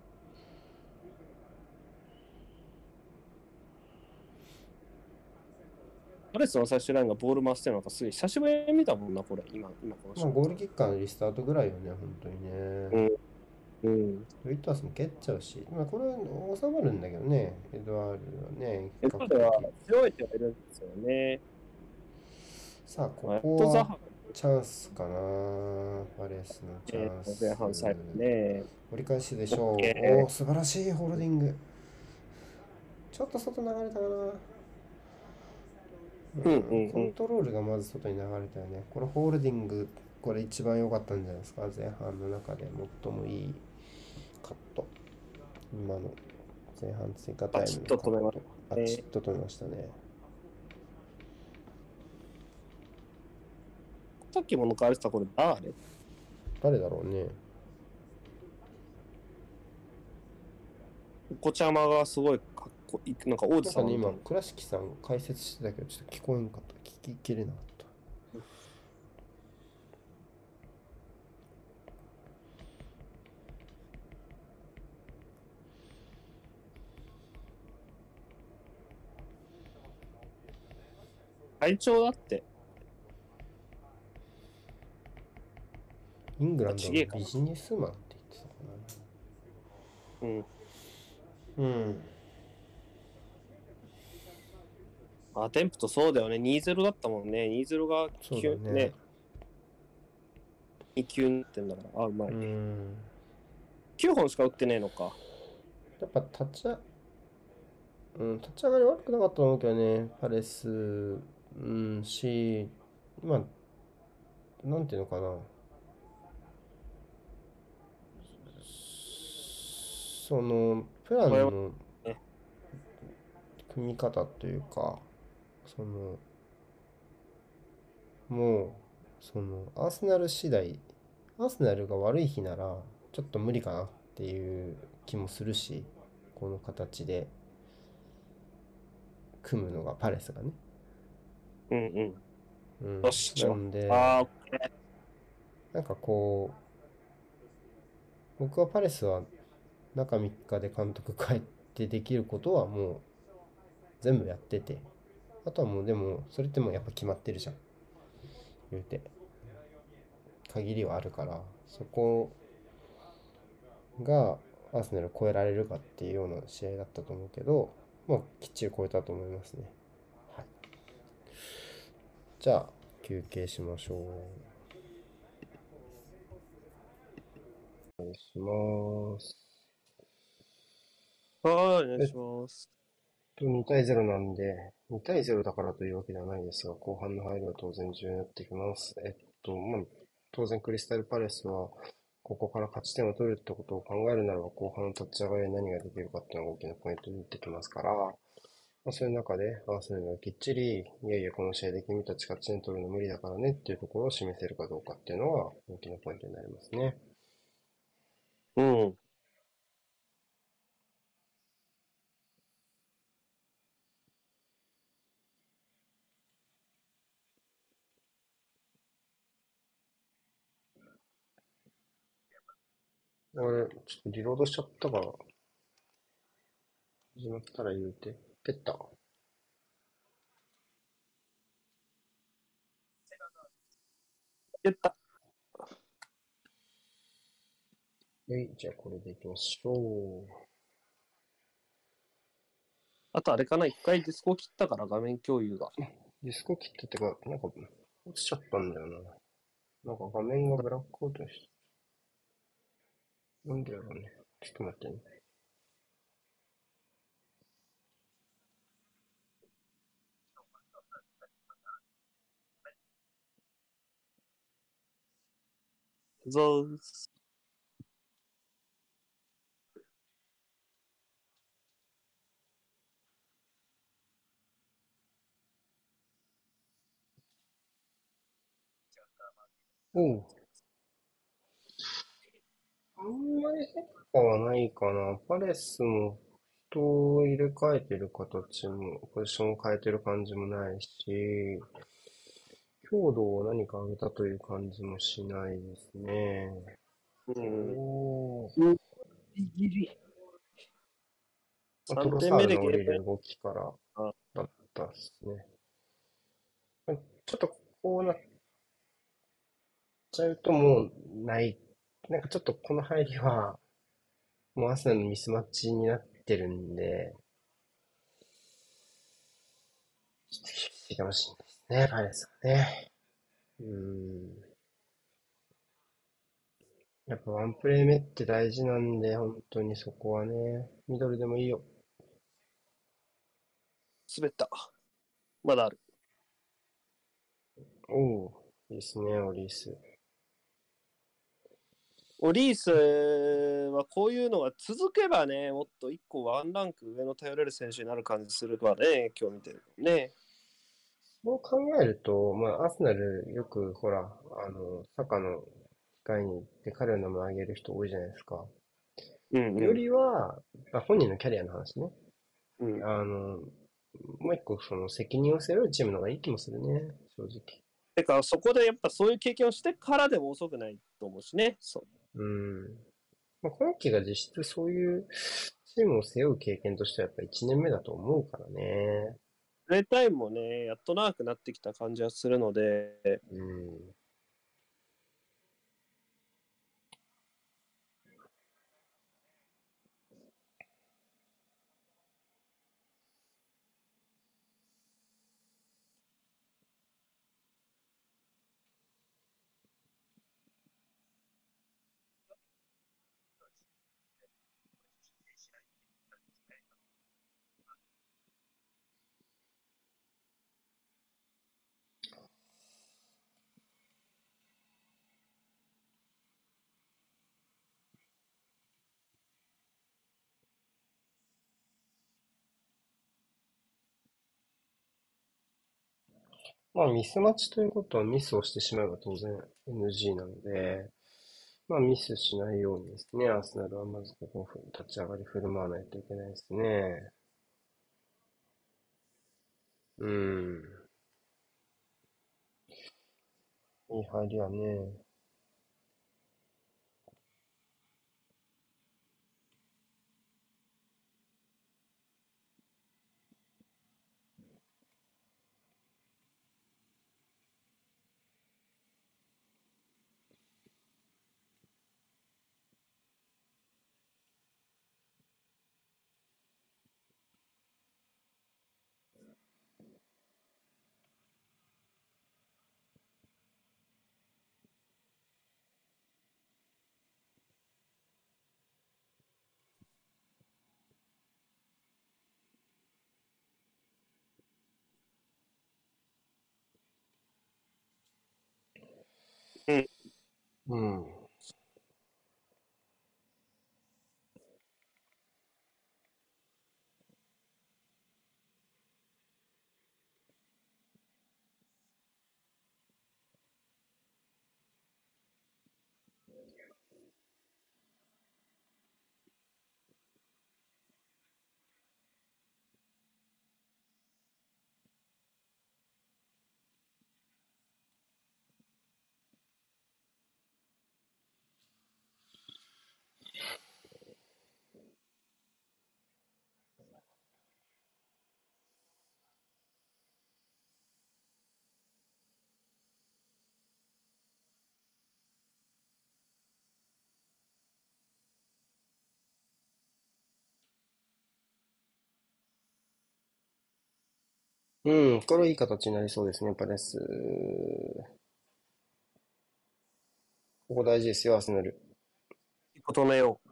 パレスの最終ラインがボール回してるのか、すげえ久しぶりに見たもんな、これ。今このまあ瞬間。 ゴールキッカーのリスタートぐらいよね、本当にね。 うん。うん。 ウィットアスも蹴っちゃうし、まあこれは収まるんだけどね、エドワールはね、比較今では的。 強いてはいるんですよね。 さあ、こまあ、やっこはとザハチャンスかな。パレスのチャン前ス。 半最後ね。 折り返しでしオッょう。おお、 ケ素晴らしいホールディング。ちょっと外流れたかな。 ー。うんうん、コうんうん。 ントロールがまず外に流れたよね。これホールディング、これ一番良かったんじゃないですか。前半の中で最もいいカット。今の前半追加タバチッイムのカッと止めましト。バたね。 チッと止めましたね。 さっきも抜かれてたこれ誰？ 誰だろうね。 お子ちゃまがすごいかっこいい。なんか王子なんかね、今、 様みたいな。 倉敷さん解説してたけど、ちょっと聞こえんかった。聞ききれなかった。 会長だって。 イングランドのちげえかな。 ビジネスマンって言ってたかうん。 な。うん。 アテンプトそうだよね。2-0だったもんね。2-0がそうだ 9、 ね。 ね。2-9になってんだから。あ、うまうい。 ん。 9本しか打ってねえのか。 やっぱ立ち上がり悪くなかったと思うけどね、パレス、まあ、なんていうのかな、プラこれはンのね、 組み方というか、もう、アーセナル次第、アーセナルが悪い日なら、ちょっと無理かなっていう気もするし、この形で組むのがパレスがね。 うんうん。 うん。 よし、 なんで、 あー、 なんかこう、僕はパレスは中3日で監督帰ってできることはもう全部やってて、あとはもうでも、それってもうやっぱ決まってるじゃん。言うて。限りはあるから、そこがアーセナルを超えられるかっていうような試合だったと思うけど、まあきっちり超えたと思いますね。はい。じゃあ、休憩しましょう。お願いします。 はい、お願いえっします。 2対0なんで、2対0だからというわけではないですが、後半の入りは当然重要になってきます。まあ、当然クリスタルパレスは、ここから勝ち点を取るってことを考えるならば、後半の立ち上がりで何ができるかっていうのが大きなポイントになってきますから、まあ、そういう中で、アーセナルがきっちり、いやいや、この試合で君たち勝ち点取るの無理だからねっていうところを示せるかどうかっていうのは大きなポイントになりますね。 うん。 俺、ちょっとリロードしちゃったから、始まったら言うて。ペッタ。 やった。 はい、じゃあこれでいきましょあとあれかな、一回ディスコ切ったから画面共有が。 う。ディスコ切ったってか、なんか、落ちちゃったんだよな。なんか画面がブラックアウトして、なんでやろうね。ちょっと待ってね。 ゾウ。 おう。あんまり変化はないかな。パレスも人を入れ替えてる形も、ポジションを変えてる感じもないし、強度を何か上げたという感じもしないですね。 うん。 おー。 ギリギリ。3 トロ点サールの降目でゲームりる動きからあだったですね。ちょっとこうなっちゃうともうない。なんかちょっとこの入りは、もうアーセナルのミスマッチになってるんで、ちょっと厳しいかもしれないですね、パレスはね。うーん。やっぱワンプレー目って大事なんで、本当にそこはね、ミドルでもいいよ。 滑った。まだある。 おう、いいですね、オリース。 オリースはこういうのが続けばね、もっと一個ワンランク上の頼れる選手になる感じするわね、今日見てるね。 そう考えると、まあ、アーセナルよく、ほら、サッカーの機会に行って彼の名前挙げる人多いじゃないですか。 うんうん。 よりは、まあ、本人のキャリアの話ね。 うん。 もう一個その責任を背負うチームの方がいい気もするね、正直。 てか、そこでやっぱそういう経験をしてからでも遅くないと思うしね。そう。 うん。まあ、今季が実質そういうチームを背負う経験としてはやっぱ1年目だと思うからね。 プレータイムもね、やっと長くなってきた感じはするので、 うん。まあミスマッチということはミスをしてしまえば当然 NG なので、まあミスしないようにですね、アーセナルはまずここ立ち上がり振る舞わないといけないですね。うん。いい入りはね。 うん。 うん。 うん、これはいい形になりそうですね、パレス。ここ大事ですよ、アーセナル。 一歩止めよ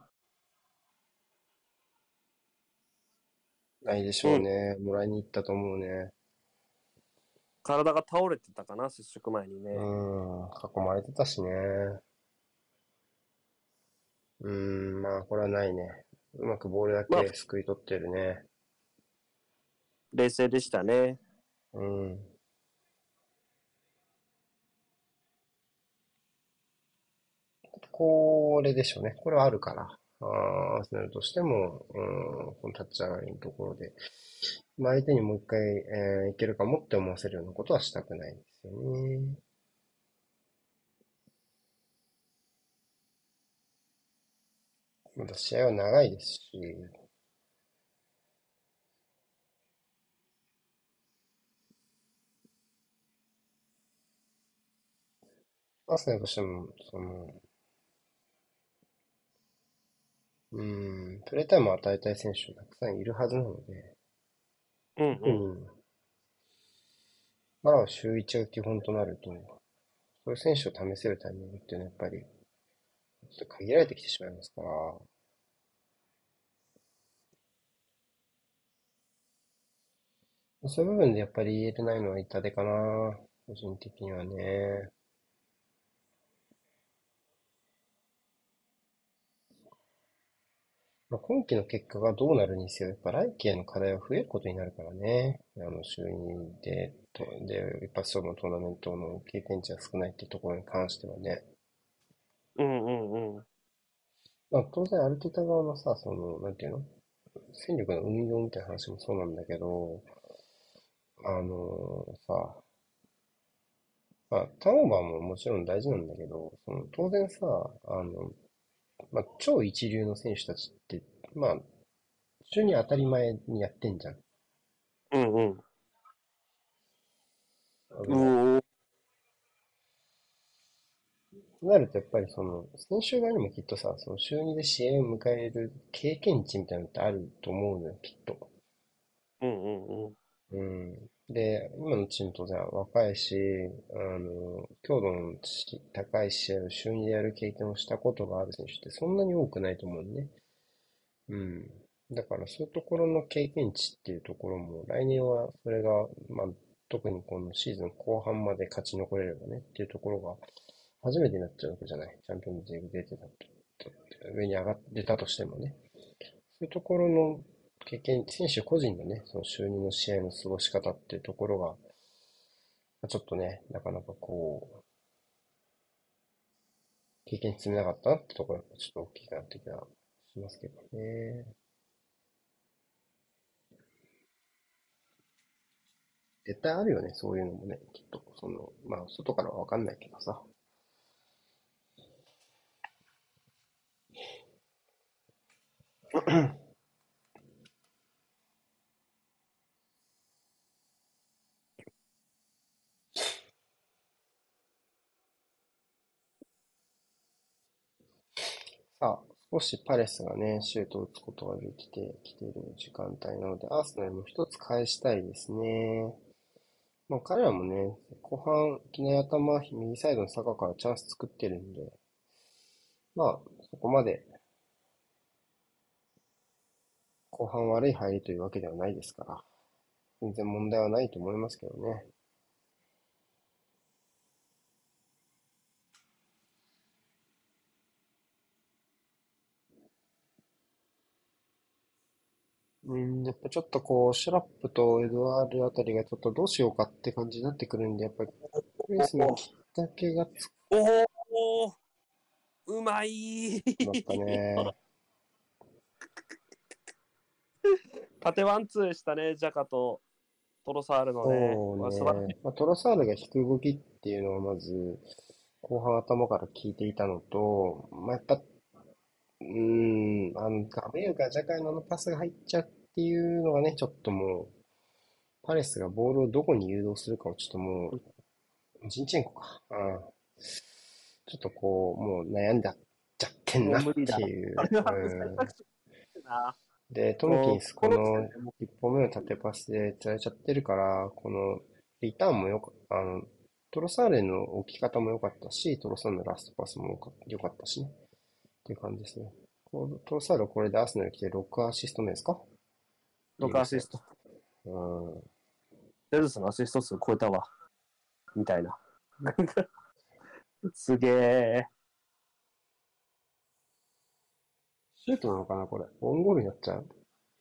ないでしう。うん。 ょうね。もらいに行ったと思うね。 体が倒れてたかな、接触前にうね。 ん、囲まれてたしね。うん、まあ、これはないね。うまくボールだまあ、 けすくい取ってるね。 冷静でしたね。 うん。これでしょうね。これはあるから。アーセナルとしても、この立ち上がりのところで、まあ、相手にもう一回、いけるかもって思わせるようなことはしたくないですよね。まだ試合は長いですし、アーセナルとしても、プレータイムを与えたい選手たくさんいるはずなので、 うんうん。 特に、まだ週1が基本となると、そういう選手を試せるタイミングっていうのはやっぱり、ちょっと限られてきてしまいますから、そういう部分でやっぱり言えてないのは痛手かな、個人的にはね。まあ、今期の結果がどうなるにせよ、やっぱ来季への課題は増えることになるからね。就任で、一発勝負のトーナメントの経験値が少ないっていうところに関してはね。 うんうんうん。 まあ、当然、アルテタ側のさ、なんていうの戦力の運用みたいな話もそうなんだけど、さ、まあ、ターンオーバーももちろん大事なんだけど、当然さ、まあ、超一流の選手たちって、まあ、普通に当たり前にやってんじゃん。 うんうん。うわかる。 おー。 となると、やっぱり選手側にもきっとさ、その週2で試合を迎える経験値みたいなのってあると思うのよ、きっと。 うんうんうん。 うん。で、今のチーム当然若いし、強度の高い試合を週2でやる経験をしたことがある選手ってそんなに多くないと思うね。うん。だからそういうところの経験値っていうところも、来年はそれが、まあ、特にこのシーズン後半まで勝ち残れればねっていうところが初めてになっちゃうわけじゃない。チャンピオンズリーグ出てたと、上に上がってたとしてもね。そういうところの経験、選手個人のね、その就任の試合の過ごし方っていうところが、ちょっとね、なかなか経験積めなかったなってところがちょっと大きいかなって気がしますけどね。絶対あるよね、そういうのもね、きっと。まあ、外からはわかんないけどさ。さあ、少しパレスがね、シュートを打つことができている時間帯なので、アーセナルも一つ返したいですね。まあ、彼らもね、後半、いきなり右サイドの坂からチャンス作ってるんで、まあ、そこまで後半悪い入りというわけではないですから、全然問題はないと思いますけどね。やっぱちょっとシュラップとエドワールあたりがちょっとどうしようかって感じになってくるんで、やっぱりプレスのきっかけがつおお、うまいくなったね。 縦ワンツーしたね、ジャカとトロサールのね。 そう素晴らしね。まあ、トロサールが引く動きっていうのはまず、後半頭から聞いていたのと、まあ、やっぱ、ガメールがジャカへのあのパスが入っちゃうっていうのがね、ちょっともう、パレスがボールをどこに誘導するかをちょっともう、ジンチェンコか。ちょっともう悩んじゃってんい。もなっう無理だ。 ていう。 あれは選択肢だな。 で、トムキンスここのの一歩目の縦パスで釣られちゃってるから、このリターンもトロサーレの置き方も良かったし、トロサーレのラストパスも良かったしね。っていう感じですね。トロサーレこれでアーセナル来て6アシスト目ですか？ 6アシスト。 うん。 ゼズスのアシスト数超えたわ。みたいな。すげえ。 シュートなのかなこれ。オウンゴールになっちゃう？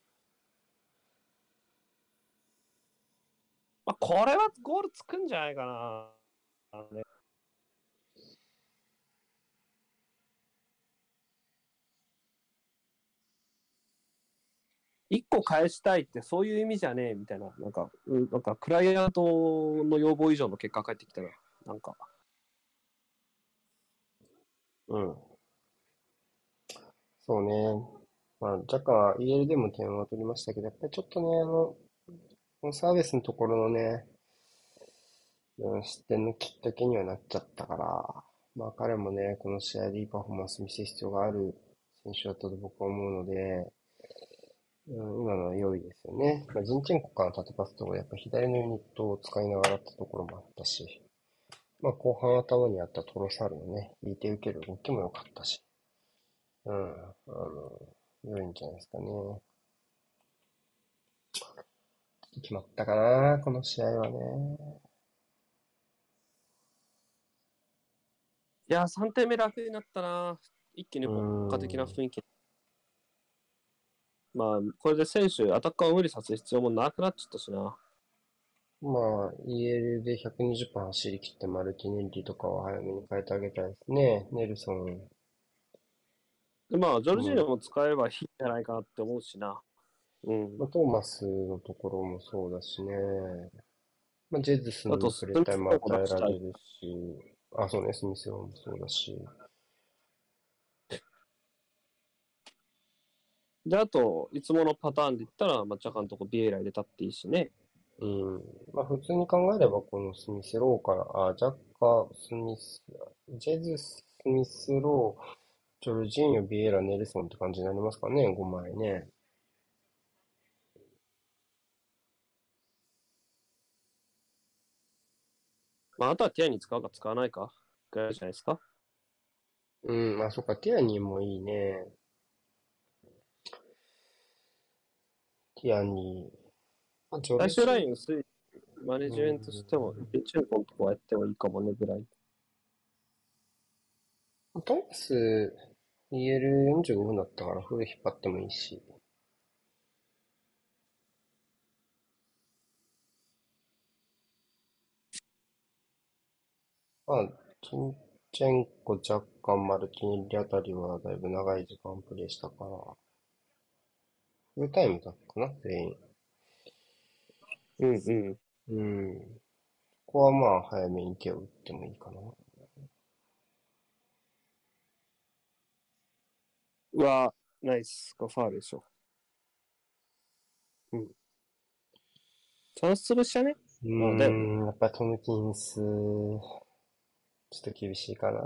まあ、これはゴールつくんじゃないかな。一個返したいってそういう意味じゃねえみたいな、なんかクライアントの要望以上の結果返ってきたな。なんか。 うん。そうね。まあ、若干 EL でも点は取りましたけど、やっぱりちょっとね、このサービスのところのね、失点のきっかけにはなっちゃったから、まあ彼もね、この試合でいいパフォーマンス見せる必要がある選手だったと僕は思うので、今のは良いですよね。まあ、ジンチェンコから縦パスとか、やっぱ左のユニットを使いながらってところもあったし、まあ後半頭にあったトロサールのね、いい手受ける動きも良かったし、良いんじゃないですかね。決まったかな、この試合はね。 いや、3点目楽になったな。一気にうー国家的なん。 雰囲気。まあ、これで選手、アタッカーを無理させる必要もなくなっちゃったしな。 まあ、EL で120分走り切ってマルティネッリとかは早めに変えてあげたいですね。ネルソン。 でまあ、ジョルジーもノも使えばいいんじゃないかなって思うしな。うん。 まあ、トーマスのところもそうだしね。まあ、ジェズスあと、 にプスミスレータイムローも出与えらしたい。 れるし、あ、そうね、スミスローもそうだし。 で、あと、いつものパターンで言ったら、まあ、ジャカのとこビエイラ入れたっていいしね。 うん。まあ、普通に考えれば、このスミスローから、ジャッカ、ジェズス、スミスロー、ジョルジーニョ、ビエラ、ネルソンって感じになりますかね、5枚ね。 まあ、あとはティアに使うか使わないかぐらいじゃないですか。 うん、まあ、そっか、ティアニーもいいね。ティアニー。まあ、ジョル最終ラジイン薄いマネー、うジメントしても、 ん。 ベンチューコンとかやってもいいかもねぐらい。 トマス、EL45 分だったからフル引っ張ってもいいし。まあ、チンチェンコ、若干マルティネッリあたりはだいぶ長い時間プレイしたから、フルタイムだったかな、全員。 うんうん。 うん。ここはまあ、早めに手を打ってもいいかな。 うわ、ナイス。ファールでしょ。うん。チャンス潰しじゃね？だよね。 やっぱトムキンス、ちょっと厳しいかな。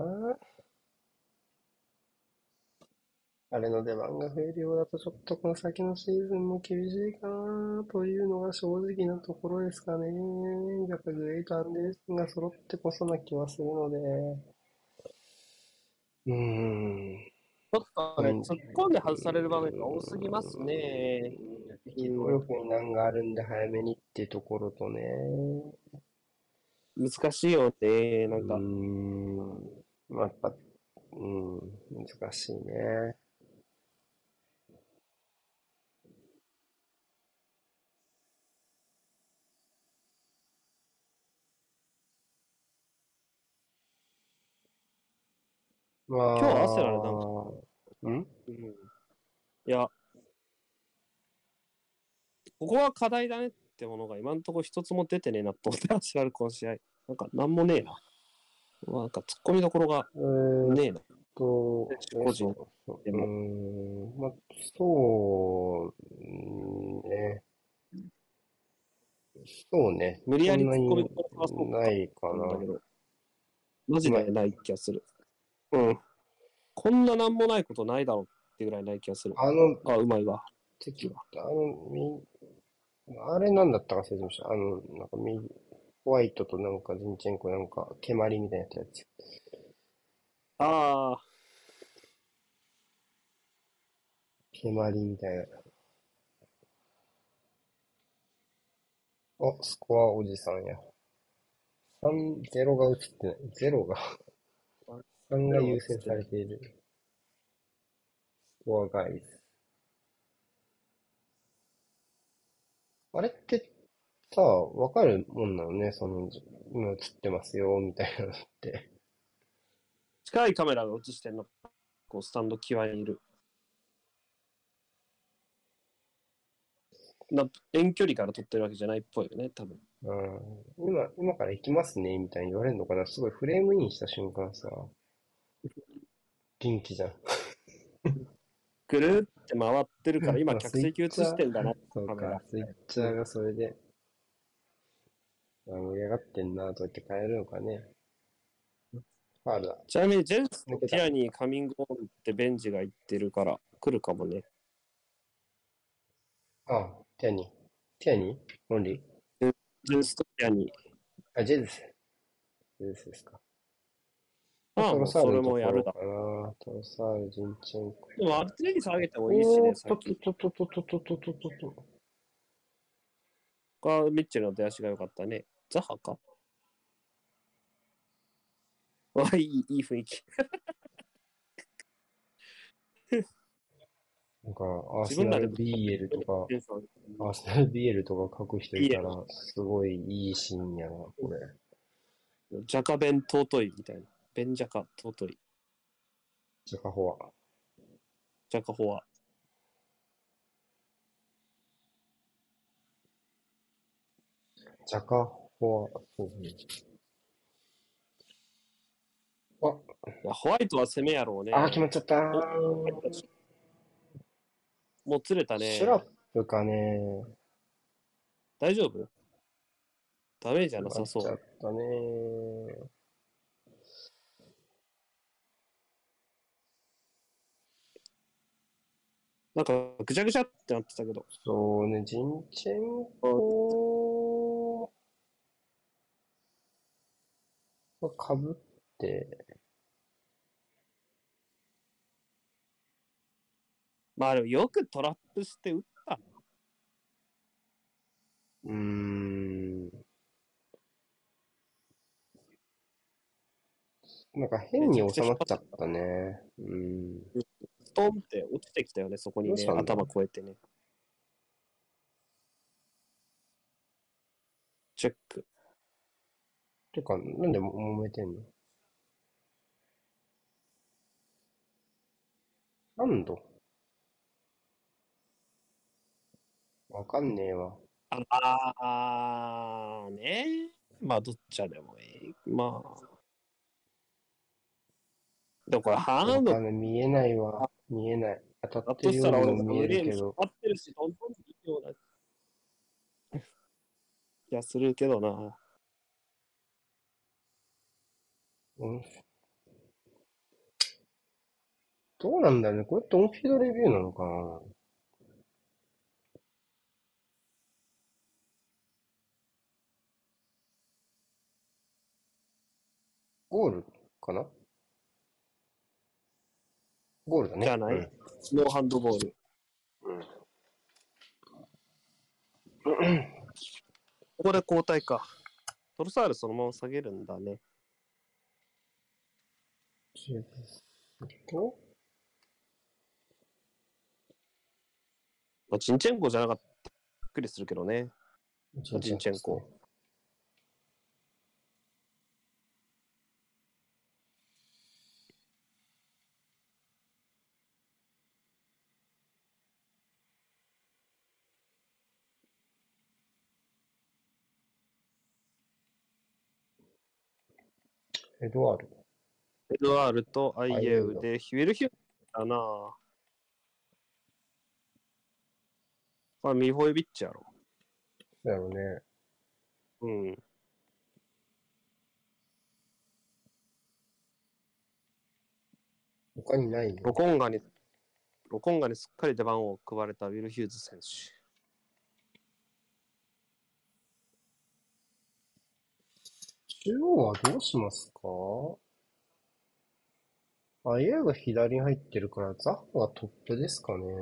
あれの出番が増えるようだと、ちょっとこの先のシーズンも厳しいかなというのが正直なところですかね。やっぱグレイト・アンデルソンが揃ってこそな気はするので、うーん、 ちょっとね、 うん、 突っ込んで外される場面が多すぎますね。 機動力に難があるんで早めにっていうところとね、 難しいよね。 うーん、まあ、やっぱ、うん、難しいね。ま今日アセナルなんか、 あ、んうん、いや、ここは課題だねってものが今のところ一つも出てねえなと思って、アセナルこの試合。なんかなんもねえな。なんか突っ込みどころがえーっねえな。個人そう、 でも。 まあ、そうね、そうね、 無理やり突っ込みそんなにどころ探そうかないかな。 なんだけど、マジまあ、 でない気がする。うん。こんななんもないことないだろうってぐらいない気がする。 あの、 あ、うまいわ。 敵は、あれなんだったか説明した。なんかホワイトとなんかジンチェンコなんか、蹴鞠みたいなやつ。 ああ、 蹴鞠みたいな。スコアおじさんや。0が映ってない。0が、3 ゼロが映が優先ってない。 されている。スコアガイズ。あれってさ、わかるもんなのね、今映ってますよ、みたいなのって。 近いカメラが映してんの。こう、スタンド際にいる。遠距離から撮ってるわけじゃないっぽいよね、多分。 うん、今から行きますね、みたいに言われるのかな。すごいフレームインした瞬間さ、元気じゃん。 ぐるって回ってるから、今まあ、スイッ客席映チャー、 してんだな、 そうか、 カメラ。 スイッチうん。 ャーがそれで、盛り上がってんな、と言って変えるのかね。ファールだ。 ちなみに、ジェンスと抜けた。 ティアニーカミングオンってベンジが言ってるから、来るかもね。 ああ、ティアニーオンリージェンスとティアニー。 ジェズス。ジェズスですか。 ああ、 トロもうそサールのとれもやるだ。 ころかな。トロサール、ジンチェンコ。 でも、ある程度下げてもいいしね、 おーっとっとっさっき。 とっとっとっとっとっとっとっとっと。 ミッチェルの出足が良かったね。ザハかいい雰囲気。 なんか、アー自セナル分らでも BL とか、 テンションアーセナル BL とか書く人いいいやたら、すごいいいシーンやな、これ。 ジャカベン尊いみたいな。ベンジャカ尊い。 ジャカホア。 ジャカホア。 ジャカホア。そうね。あ、 いやホワイトは攻めやろう決まっね。 ちゃったお、 ー。 もう釣れたシュラッね。 プかね。 大丈夫ダメージはななっちゃさそったねー。 う。なんかぐちゃぐちゃってなってたけど。 そうね、ジンチェンコがかぶって、 まあでもよくトラップして打った。 うーん、なんか変にめちゃくちゃ引っ張っ収まっちゃったね。うーん。 て、ストンって落ちてきたよね、そこにね、 どうしたんだ頭越えてね。チェック。 てか、なんで揉めてんの？何度？わかんねえわ。 ね。まあどっちでもいい。まあ。でもこれハードわかんない。見えないわ。見えない。当たってだとるようにしたら俺がも見え無理に引っるけど。 張ってるし、どんどんいいような気がするけどな。 うん、どうなんだろうね。これってオンフィールドレビューなのかな？ゴールかな？ゴールだね。 じゃないうん。 ノーハンドボール。ここで交代か。トルサールそのまま下げるんだね。 と、 まあ、ジンチェンコじゃなかった。びっくりするけどね。 ジンチジンチェンコ。 ェンコですね。エドワール。 エドワールとアアイエイエウド。 ウで、ヒュエルヒューだな。まあ、ミホイビッチやろ。 そうやろね。 うん。 他にないね。 ロコンガに、 ロコンガにすっかり出番を配られたウィル・ヒューズ選手。 中央はどうしますか？アイアが左に入ってるからザッハがトップですかね。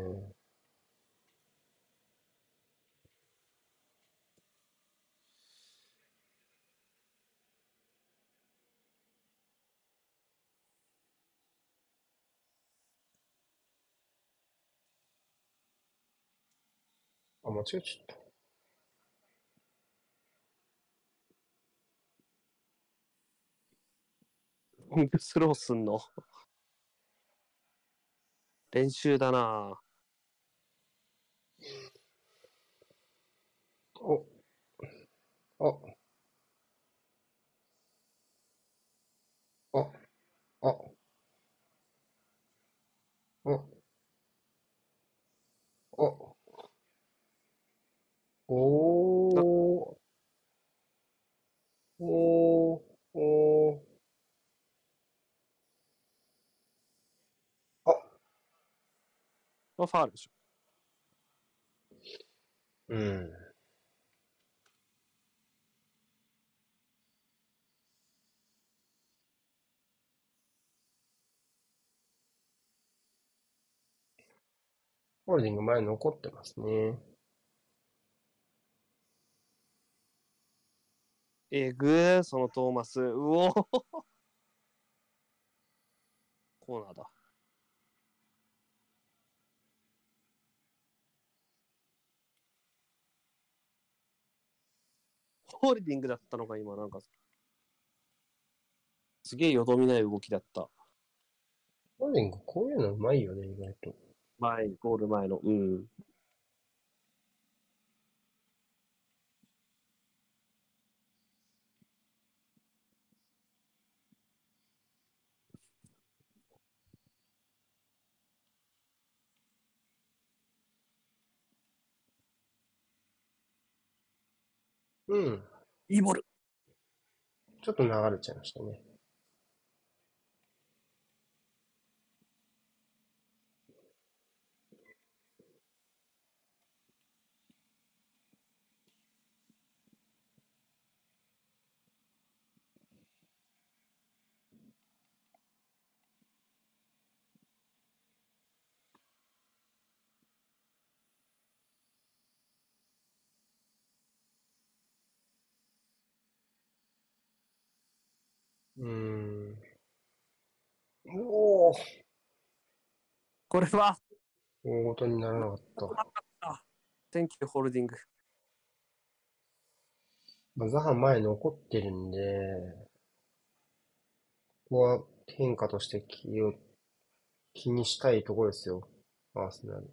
あ、間違えちゃった。 ロングスローすんの練習だな。 お、あ、あ、あ、あ、あ、 なおー、おー、おー、あ、 ファールでしょ。 うん。ホールディング前残ってますね。 えぐー、そのトーマス。うおーコーナーだ。ホールディングだったのが今なんか、すげえよどみない動きだった。 ホールディングこういうのうまいよね、意外と。 ゴール前の。うん。 うん。 いいボール。 ちょっと流れちゃいましたね。うーん。おー、 これは、 大ごとにならなかった。 あ、Thank you, ホールディング。 まあ、ザハ前残ってるんで、ここは変化として気にしたいところですよ。アーセナル。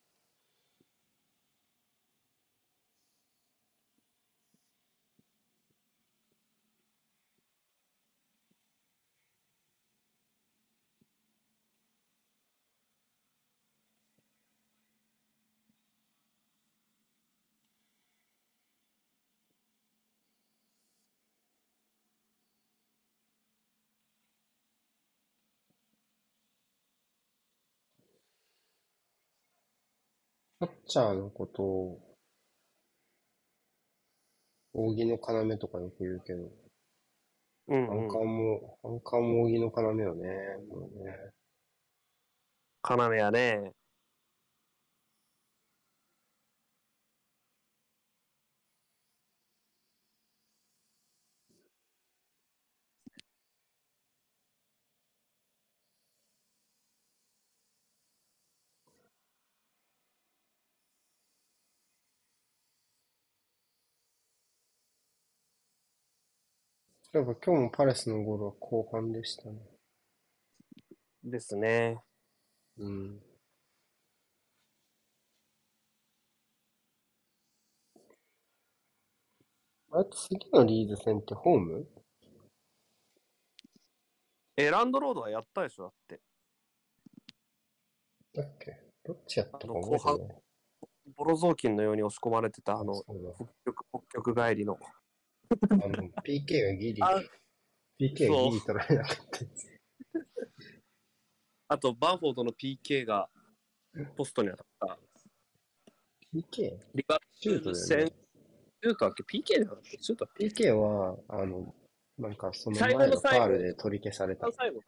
キャッチャーのことを、扇の要とかよく言うけど、 うんうん。 アンカーも扇の要よね。もうね。 要やね。 やっぱ今日もパレスのゴールは後半でしたね。 ですね。 うん。あれ、次のリーズ戦ってホームランドロードはやったでしょ、だって。 だっけ？どっちやったか覚後半、 えてない。 ボロ雑巾のように押し込まれてた、 あ、そうだ。 北極帰りの。 PK がギリ、 あ、 PK がギそう。 リ取られなかったやつ。 あと、バンフォードの PK がポストに当たった。 PK? リバシュートプール戦、 だよね。 シュートだっけ ?PK じゃなかったシュートだっけ PK は、なんかその最後前のフの最後、 ァールで取り消された。 最後。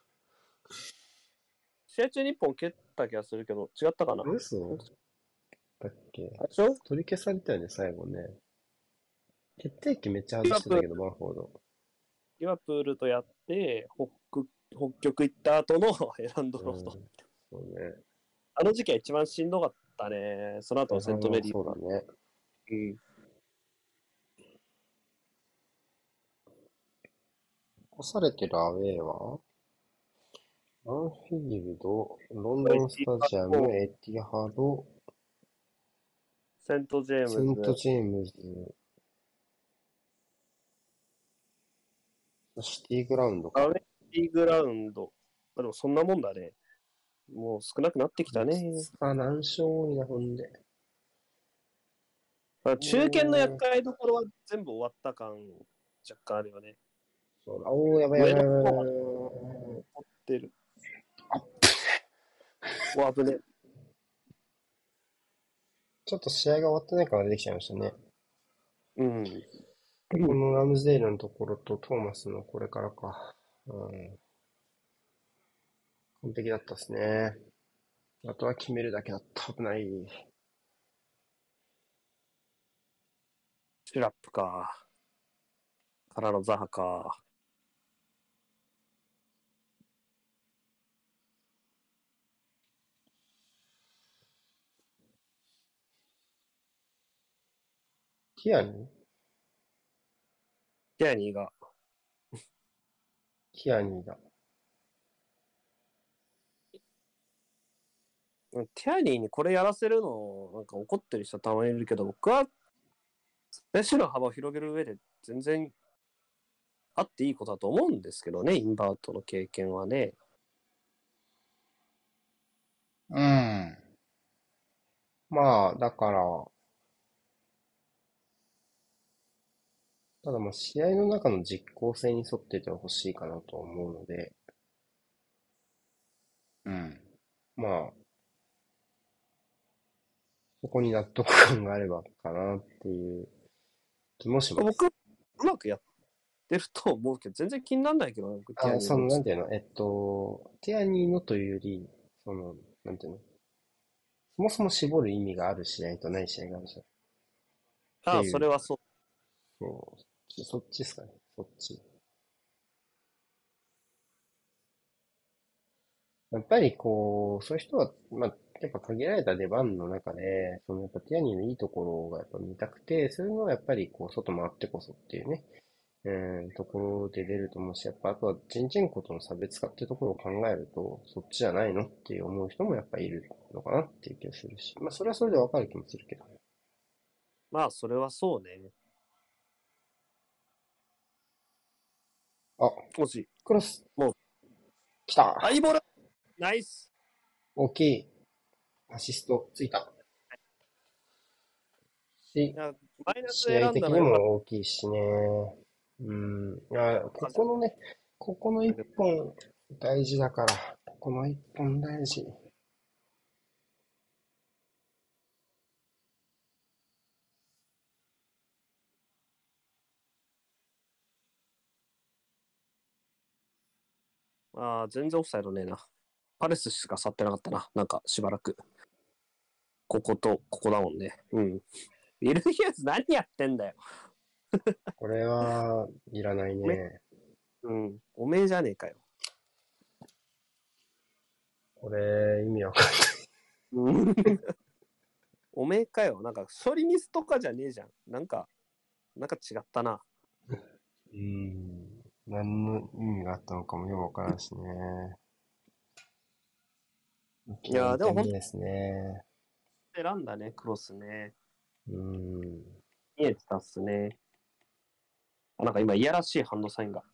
試合中に1本蹴った気がするけど、違ったかな嘘だっけ？ あれでしょ取り消されたよね、最後ね。決定機めっちゃリバプール外してたけど、バンフォード。 リバプールとやって、北極行った後のエランドうん。 ロフト。 そうね。 あの時期は一番しんどかったね。その後のセン前半はトメリーは。 そうだね。 うん。 干されてるアウェーはアンフィールド、ロンドンスタジアム、エティハド、 セントジェーセントムズ、 ジェームズ、シティグラウンドか。 アウェイグラウンド。でもそんなもんだね。もう少なくなってきたね。 何勝多いな、ほんで。 中堅の厄おー、 介どころは全部終わった感若干あるよね。 そうだ。おー、やばいやばい上のやばいやばい。 方まで持ってる。お、危ね。 ちょっと試合が終わってないから出てきちゃいましたね。 うん。 このラムズデールのところとトーマスのこれからか。うん。完璧だったですね。あとは決めるだけだった。危ない。 シュラップか。からのザハか。 ティアニーティアニーが。 ティアニーだ。 ティアニーにこれやらせるの、なんか怒ってる人たまにいるけど、僕は、選手の幅を広げる上で全然あっていいことだと思うんですけどね、インバートの経験はね。 うん。まあ、だから、ただまあ試合の中の実効性に沿っててほしいかなと思うので、うん。まあ、そこに納得感があればかなっていう気もします。 僕、うまくやってると思うけど、全然気にならないけど、僕、ティアニーのなんていうの、ティアニーのというより、なんていうの、そもそも絞る意味がある試合とない試合があるじゃん。ってああ、 いう、 それはそう。 そう、そっちですかね、そっち。やっぱりこう、そういう人は、まあ、やっぱ限られた出番の中で、やっぱティアニーのいいところがやっぱ見たくて、そういうのはやっぱりこう、外回ってこそっていうね、ところで出ると思うし、やっぱあとは人人口との差別化っていうところを考えると、そっちじゃないのって思う人もやっぱいるのかなっていう気がするし、まあそれはそれでわかる気もするけどね。 まあ、それはそうね。 あ、 もし、 クロス、 もう、 来た。 いいボールナイス大きいアシストついたし、 いや、マイナス選ん試合的にだのはよかっも大きいしね。うん。いや、こたじゃん。 このね、ここの一本大事だから、ここの一本大事。 ああ、全然オフサイドねえな。パレスしか去ってなかったな。なんか、しばらく。こことここだもんね。うん。ウィル・ヒューズ何やってんだよ。 これはいらないおめね。 うん。おめえじゃねえかよ。 これ意味わかんない。 うん。おめえかよ。なんか、処理ミスとかじゃねえじゃん。なんか違ったな。 うん。何の意味があったのかもよくわからんしね。大きないやー、でも本痛みですね。 当に選んだね、クロスね。 うん。 見えてたっすね。なんか今、いやらしいハンドサインが。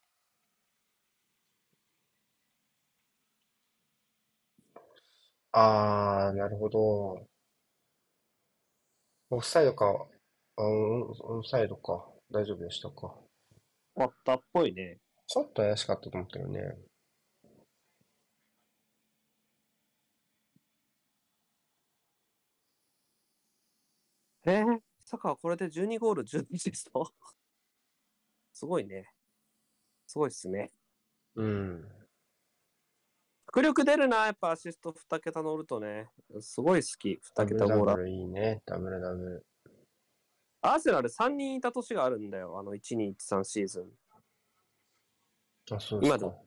なるほど。オフサイドか。オフサイドか。大丈夫でしたか。 終わったっぽいね。 ちょっと怪しかったと思ったよね。 サカはこれで12ゴール12アシストすごいね。すごいっすね。 うん。 迫力出るな、やっぱアシスト2桁乗るとね。すごい好き、2 ダブル桁ゴーラー。 ダブルいいね。ダブルダブル。 アーセナル3人いた年があるんだよ、1213シーズン。 あ、そうです今でか。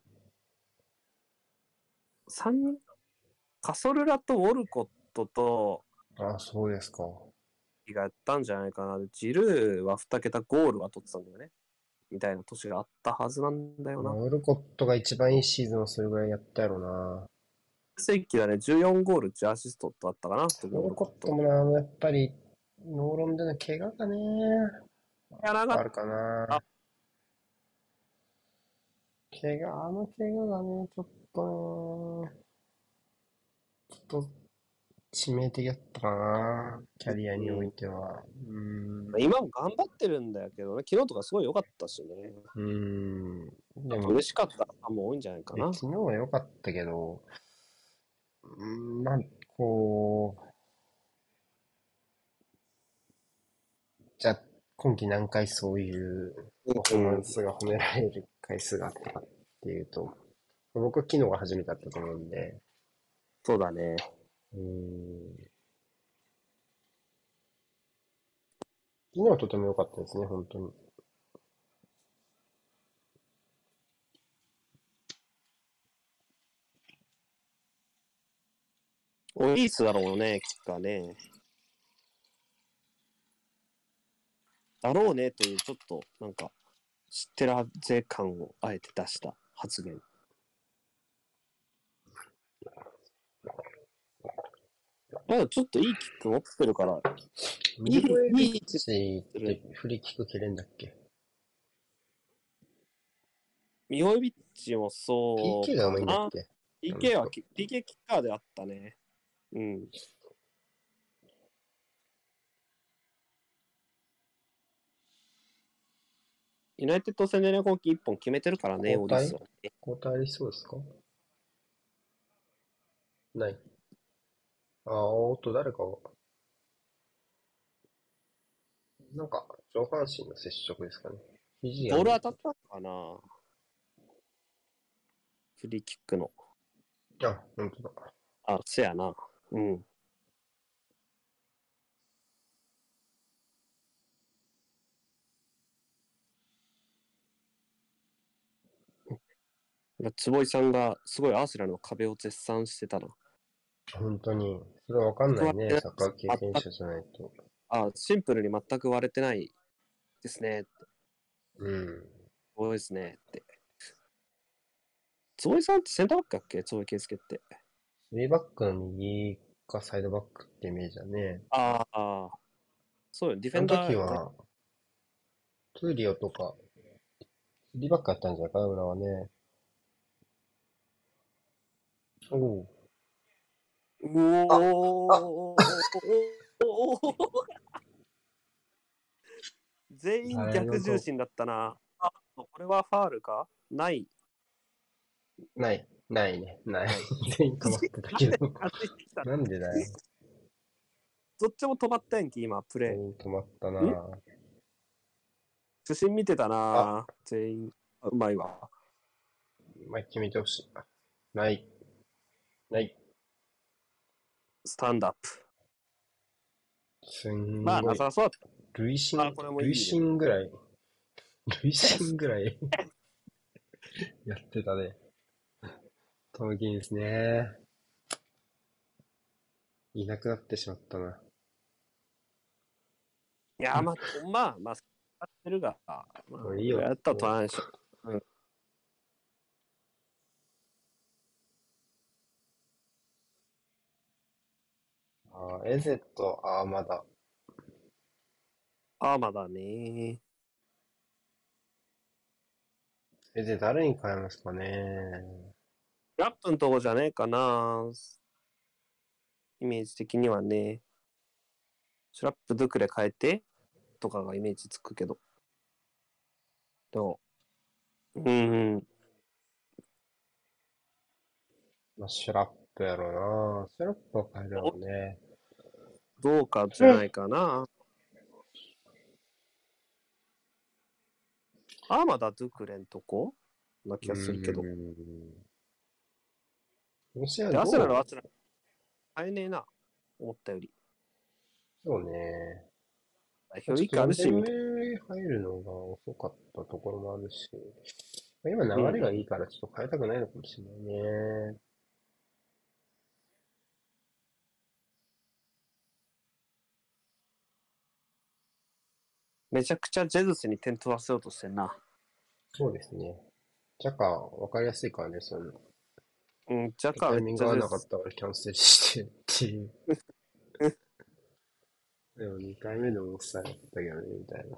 3人カソルラとウォルコットと、 あ、そうですか。 がやったんじゃないかな。ジルーは2桁ゴールは取ってたんだよね。みたいな年があったはずなんだよまあ、 な。 ウルコットが一番いいシーズンをそれぐらいやったやろな。 世紀だね、14ゴール10アシストだったかな、時のウォウルルコット。 コットもな、やっぱり、ノーロンでの怪我がね、 いや、なかっあるかた。 な。怪我がね、ちょっとね、ちょっと致命的だったかな。キャリアにおいうん。 ては。 今も頑張ってるんだけどね、昨日とかすごい良かったしね。 うーん。であとも、 嬉しかったファンも多いんじゃないかな。 昨日は良かったけど、まあ、こじゃあ、今季何回そういうパフォーマうん、 ンスが褒められる回数があったかっていうと、僕は昨日が初めてだったと思うんで、 そうだね。 うーん、昨日はとても良かったですね、本当に。 オリースだろうね、キッカーね。だろうねという、ちょっと、なんか、知ってるはず感をあえて出した発言。まだちょっといいキック持ってるから、いい、 ミホエビッいい位置チっする。 てフリーキック蹴れんだっけ？ ミホイビッチもそ PK うが上手いんだっかな。 け？あの PK は人。 PK キッカーであったね。うん。ユナイテッド戦でね、今季1本決めてるからね、 交代オリースはね。 交代ありそうですか？ない。ああ、おっと、誰かが、なんか、上半身の接触ですかね。肘やボーんないと。 ル当たったのかな、フリーキックの。 あ、本当だ。 あ、せやな。うん。坪井さんがすごいアーセナルの壁を絶賛してたな。 本当に。それはわかんないね。 全く割れてないサッカー経験全く、 者じゃないと。 シンプルに全く割れてないですね。 うん。 そうですねって。坪井さんってセンターバックだっけ、坪井圭介って。 3バックの右かサイドバックってイメージだね。 ああ、そうよ、ディフあのェンダーやったね。 時は、トゥーリオとか、3バックやったんじゃないかな、裏はね。おお。 うあ、あ、 おー、全員誰のと、 逆重心だったな。あ、これはファールかない。 ない、ないね、ない。 ない。 全員止まってたけど。 感じてきた。 なんでだよ。 どっちも止まったやんけ、今、プレ全員止まったイ。 な。 主審見てたあ、 な。全員。うまいわ。 まあ、決めてほしい。ない、ない。 スタンドアップ。 すまあ、 んごい。 なさそうだっ累た。あ、 進、 これも累いいね。 進ぐらい、累進ぐらいやってたね。トム・ギーンですね。いなくなってしまったな。 いや、まあ、やってるが、まあ、 もういいよ。 やったら取もらないでしょ。うん。 エゼとアーマダ。 あ、まだね。 エゼ誰に変えますかね。 ラップのとこじゃねえかな。イメージ的にはね。シュラップドゥクレ変えてとかがイメージつくけど。どう、うん、 まあ、シュラップやろうな。シュラップは変えるやろうね。 どうかじゃないかな。 アーマダ・ドゥクレンとこな気うがするけど。 ーん。この試合はで、アセナルはどう？ アセナル。変えねえな。思ったより。 そうね。 代ちょっと表いいかあるし、 4点目みたい入るのが遅かったところもあるし、今な。う流れん。 がいいからちょっと変えたくないのかもしれないね。 めちゃくちゃジェズスに点取らせようとしてんな。 そうですね。ジャカ、わかりやすいからね、そういうの。 うん、ジャカーめっタイミング合わちゃジェズス。 なかったからキャンセルしてっていう。でも2回目でもオフサイドだったけどね、みたいな。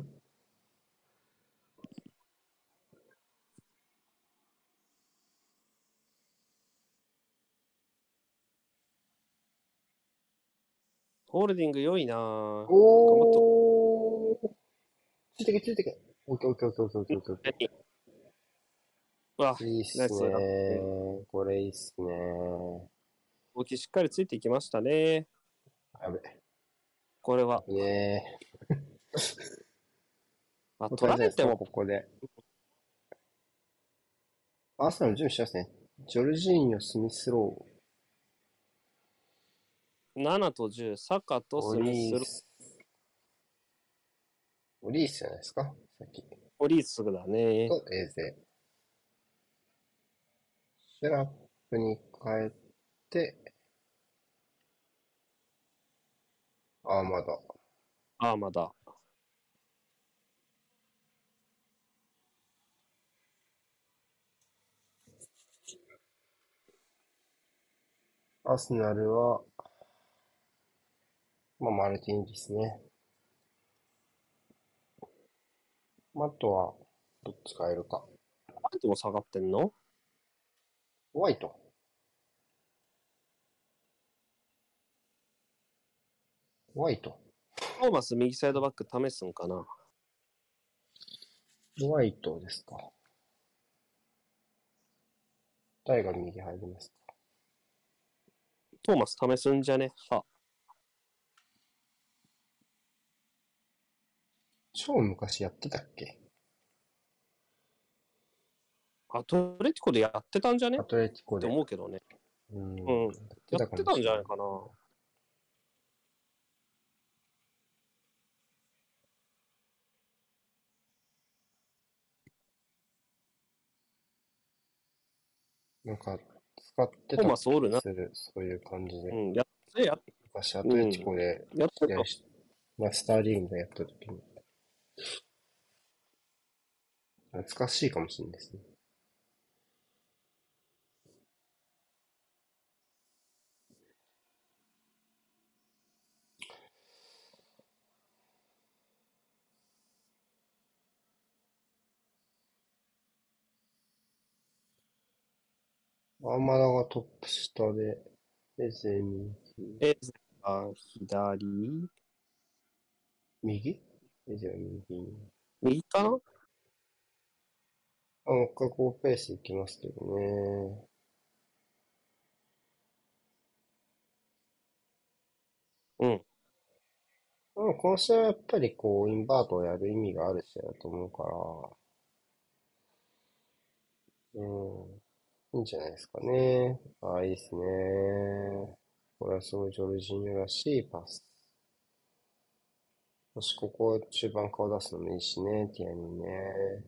ホールディング良いなぁ。頑張っと。 おー、ついてけついてけ。オッケーオッケーオッケーオッケーオッケーオッケーオッケ何うわ、 ー。いいっすナイスラップ。 ね。これいいっすね。 動きしっかりついていきましたね。 やべ。 これは。 ねまあ、 え。大取丈夫ですかられても、 ここで。アーセナル準備してますね。ジョルジーニョ、スミスロ 7と10、サカー、 とオスミスロ、 リース、オリースじゃないですかさっき。 オリースだね。 と、エーゼ。シェラップに変えて、アーマダ。 ああ、まだ。 アーセナルは、まあ、マルティンですね。あとは、どっち変えるか。 あれでも下がってんの？ ホワイト。ホワイト。 トーマス右サイドバック試すんかな？ ホワイトですか。誰が右入りますか。 トーマス試すんじゃねは。 超昔やってたっけ。 アトレティコでやってたんじゃねっアトレティコてで。 思うけどね。 うん。 うん。 やってたかやってたんもしれない。 じゃないかな。 なんか、使ってトーたマスおるな。 気する。そういう感じで。 うん。やってや、 昔アトレティうん。 コでやってた。 試合し、マスターリーグでやった時に。懐かしいかもしれないですね。アーマダがトップ下で、エゼミ、 エズが左右エゼは右。 右かな？ もう一回こうペースいきますけどね。 うん。 この試合はやっぱりこう、インバートをやる意味がある試合だと思うから、いいんじゃないですかね。ああ、いいですね。これはすごいジョルジーニョらしいパス。もしここ中盤顔出すのもいいしね、ティアニーね。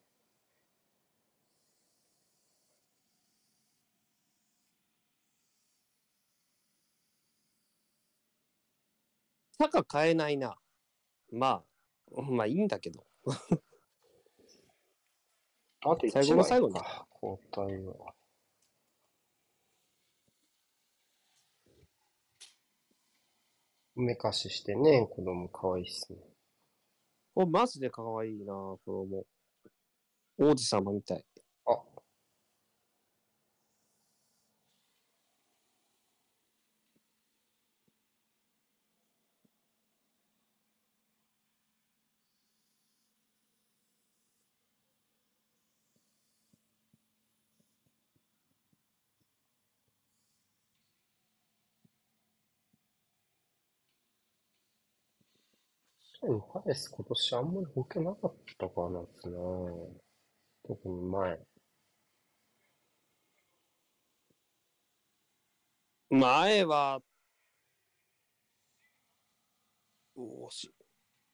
サカ変えないな。まあ、まあいいんだけど。 あと最 1枚後の最後に。 か、交代は。目かししてね、子供可愛いっすね。 お、マジで可愛いな、これも。王子様みたい。 あ、 にパレス今年あんまり補強なかったかなってな。特に前。 前は、惜しい。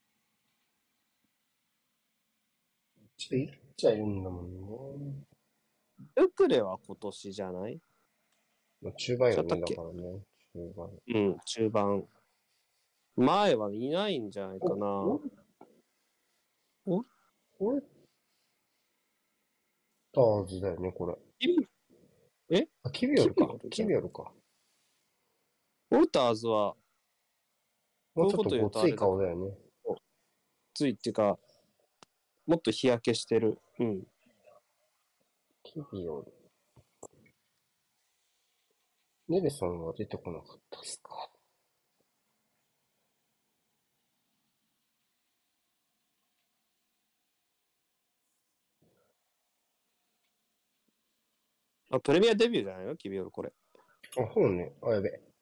ちょいるっちゃいるんだもんね。 ウクレは今年じゃない？ まあ、中盤よね、だちゃったっけ？ からね。中盤。 うん、中盤。前はいないんじゃないかな。 おおオルターズだよね、これ。 キビえあ、キビオキルか。キビオルじゃん。 ビオルか。 ウォルターズは、 もうちょっとこういうこと言うとごついあれだけ顔だよね。 ど、ついっていうか、もっと日焼けしてる。うん。 キビオル。ネルソンは出てこなかったっすか。 あ、プレミアデビューじゃないのキビオルこれ。 あ、そうね。あ、やべ。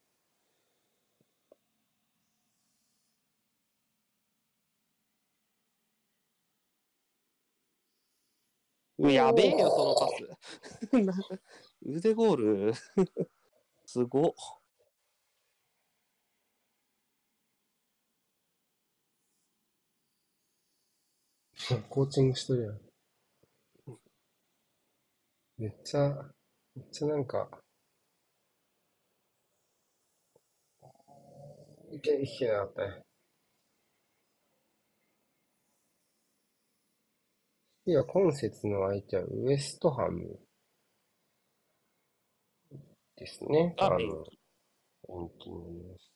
やべえよ、そのパおス。腕ゴール。すごっ。 ーコーチングしとるやん。めっちゃなんか、いけなかったね。いや、今節の相手はウエストハムですね。 あ、延期。 延期になります。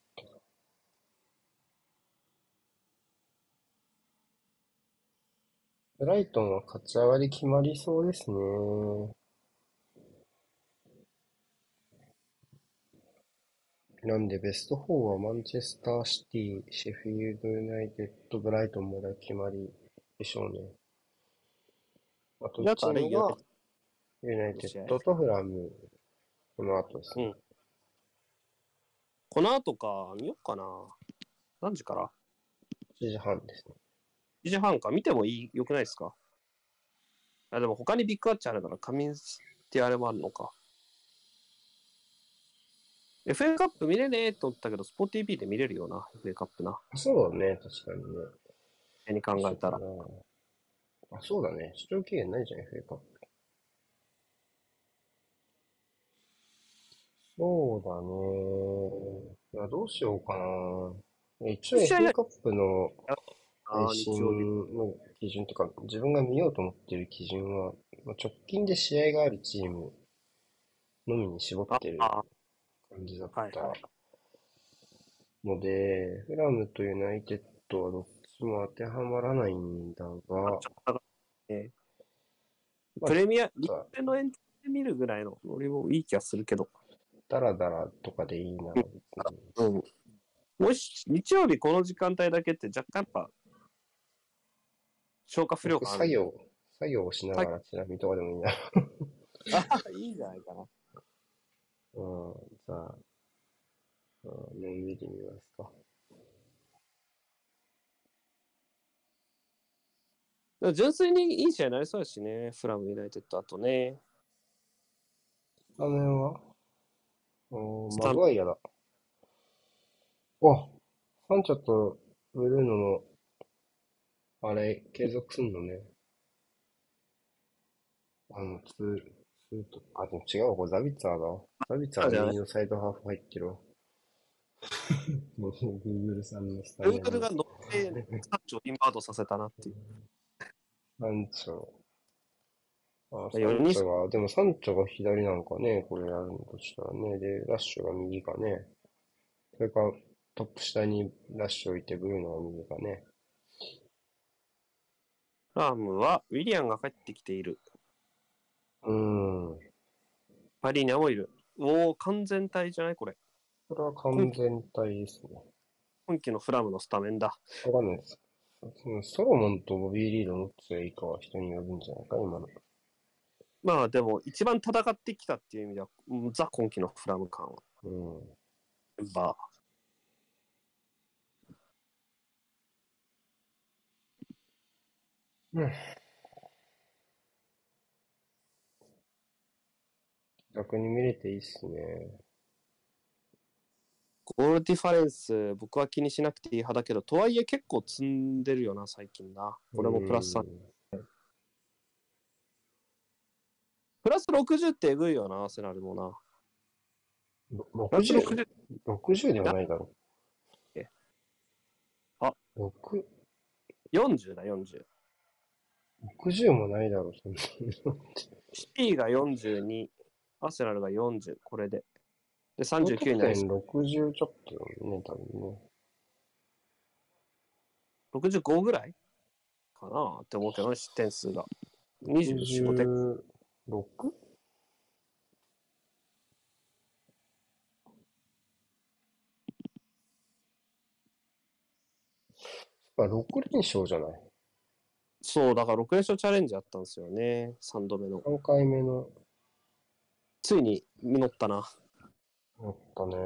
ブライトンは勝ち上がり決まりそうですね。なんでベスト4はマンチェスターシティ、シェフィールドユナイテッド、ブライトンまで決まりでしょうね。あとあとあれ、 チームがユナイテッユナイド試合。 テッドとフラム、この後ですね。 うん。この後か、見よっかな。何時から？ 7時半ですね。 1 時半か。見てもよくないですか？あ、でも他にビッグアッチあるから、仮眠ってあれもあるのか。FA カップ見れねえと思ったけど、スポー TV で見れるよな、FA カップな。 そうだね、確かにね。 絵に考どうしよえたら。 うかな。あ、そうだね。視聴期限ないじゃん、FA カップ。そうだね。いや、どうしようかな。一応試合 FA だカップの配あ、 信日曜日。 の基準っていうか、自分が見ようと思ってる基準は、直近で試合があるチームのみに絞ってるあ、 感じだったはいはい。 ので、フラムとユナイテッドはどっちも当てはまらないんだが、 ちょっと高いね。 まあ、 プレミア、リさ、 ーグの延長で見るぐらいの、俺もいい気がするけど。 ダラダラとかでいいな、別に。 うん。もし、日曜日この時間帯だけって若干やっぱ、消化不良僕、 感あるんで。 作業をしながらチラ見とかでもいいな。 あ、いいんじゃないかな。 うん、じゃあ、のんびり見ますか。 純粋にいい試合になりそうですしね、フラムユナイテッドあとね。 画面はマスタングワイアだ。あ、サンチョとブルーノの、あれ、継続すんのね。でも違うわ、これザビッツァーだわ。ザビッツァーがじゃない。 右のサイドハーフ入ってるわ。もう、Google さんのスタメンに。 ルーグルが乗ってサッチをインバウンドさせたなっていう。 サンチョ。あ、サン 4人、 チョが、でもサンチョが左なんかね、これやるのとしたらね。で、ラッシュが右かね。それか、トップ下にラッシュ置いてブルーノが右かね。 ラームはウィリアンが帰ってきている。 うーん。 パリーニャもいる。おお、完全体じゃないこれ。 これは今季完全体ですね。 今季のフラムのスタメンだ。 わかんないです。ソロモンとボビー・リードどっちがいいかは人によるんじゃないか、今の。 まあでも、一番戦ってきたっていう意味では、ザ今季のフラム感は。 うん。 メンバうん。逆に見れていいっすね。 ゴールディファレンス、僕は気にしなくていい派だけど、とはいえ結構積んでるよな、最近な。 うこれもプラス3。 ん。 プラス60ってえぐいよな、アーセナルもな。プラス 60? 60？60ではだっないだろけあ、 う。 40だ、40。 60もないだろう、そんな。 シティが42、アーセナルが40、これで。で、 高 39 得点になりそう。 60ちょっとだもんね、多分ね。 65ぐらいかなって思うけどね、失点数が。24、5点。 66？ あ、6連勝じゃない？ そう、だから6連勝チャレンジあったんですよね、3度目の。 3 回目の、 ついに実ったな。 あったね。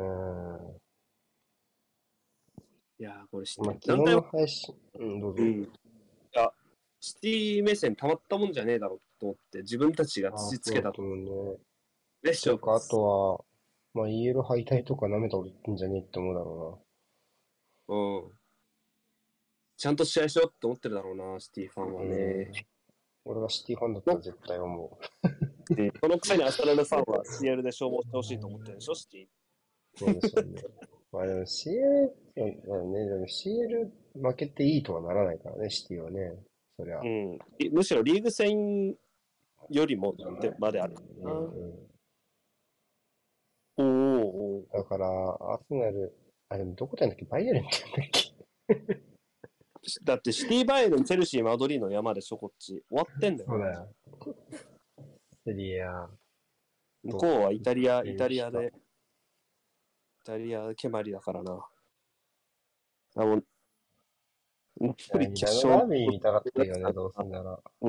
いやー、これまあ、昨日何回も、 の配信、うん、どうぞ。 うん。いや、シティ目線たまったもんじゃねえだろと思って、自分たちがああ、 土つけたそうだと思うね。 でしょ。 なんか、あとは、まあ、EL 敗退とか舐めたこと言ってんじゃねえって思うだろうん。ちゃんと試合しようって思ってるだろうな、シティファンはうな。うね。 ん。俺がシティファンだったのら絶対思そのくせにアストラルファンは CL で消耗してほしいと思ってるでしょ、シティ。 う。そうでしょうね。まあでも CL、まあね、でも CL 負けていいとはならないからね、シティはね。そりゃ。 うん。むしろリーグ戦よりもでまであるかうらな。 んうん。 おーおー。 だから、アーセナル、あ、でもどこだんだっけ？バイエルンって言うんだっけ？ だってシティバイエルン、チェルシー、マドリーの山でしょ、こっち。終わってんだよ、マジ。 そうだよ。セリア、 向と、 こうはイタリア、イタリア下。 で、イタリア決まりだからな。あの、ナポいや、 リミラノ決勝のダービー見たかったけどね、どうせなら。 うん、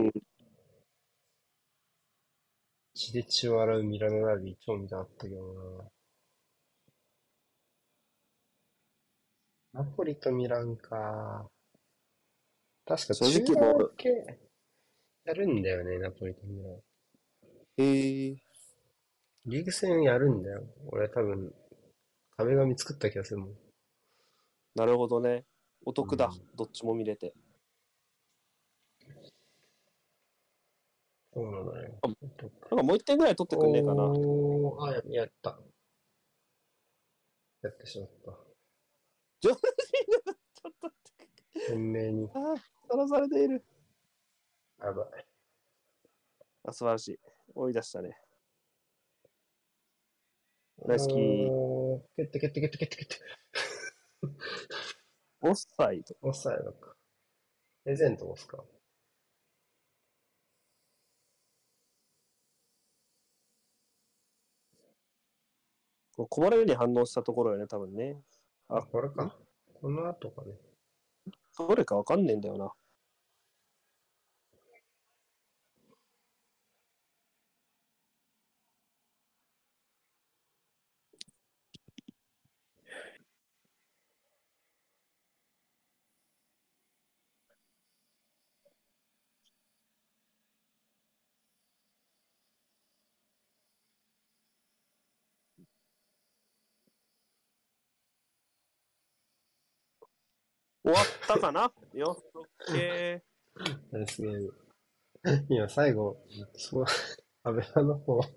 血で血を洗うミラノダービー超見たかったけどな。ナポリとミランか。確か正中直もう、 盤系やるんだよね、ナポリとミラン。 えー、 リーグ戦やるんだよ。俺多分、壁紙作った気がするもん。 なるほどね。お得だ。 うん。 どっちも見れて。 そうなのよ。 なんかもう1点ぐらい取ってくんねえかな。 おー、あ、やった。やってしまった。 ジョージーナちょっと待って。 鮮明に。 ああ、さらされている。 やばい。 あ、素晴らしい。追い出したね。ナイスキー。 おー、蹴って蹴って蹴って蹴って蹴って。 オフサイド。 オフサイドか。レジェンド押すか。 こぼれに反応したところよね、多分ね。 あ、 あ、 これか。この後かね。 どれかわかんねえんだよな。終わったかなよ、オッケナイスゲーム。今最後、そう、アベラの方、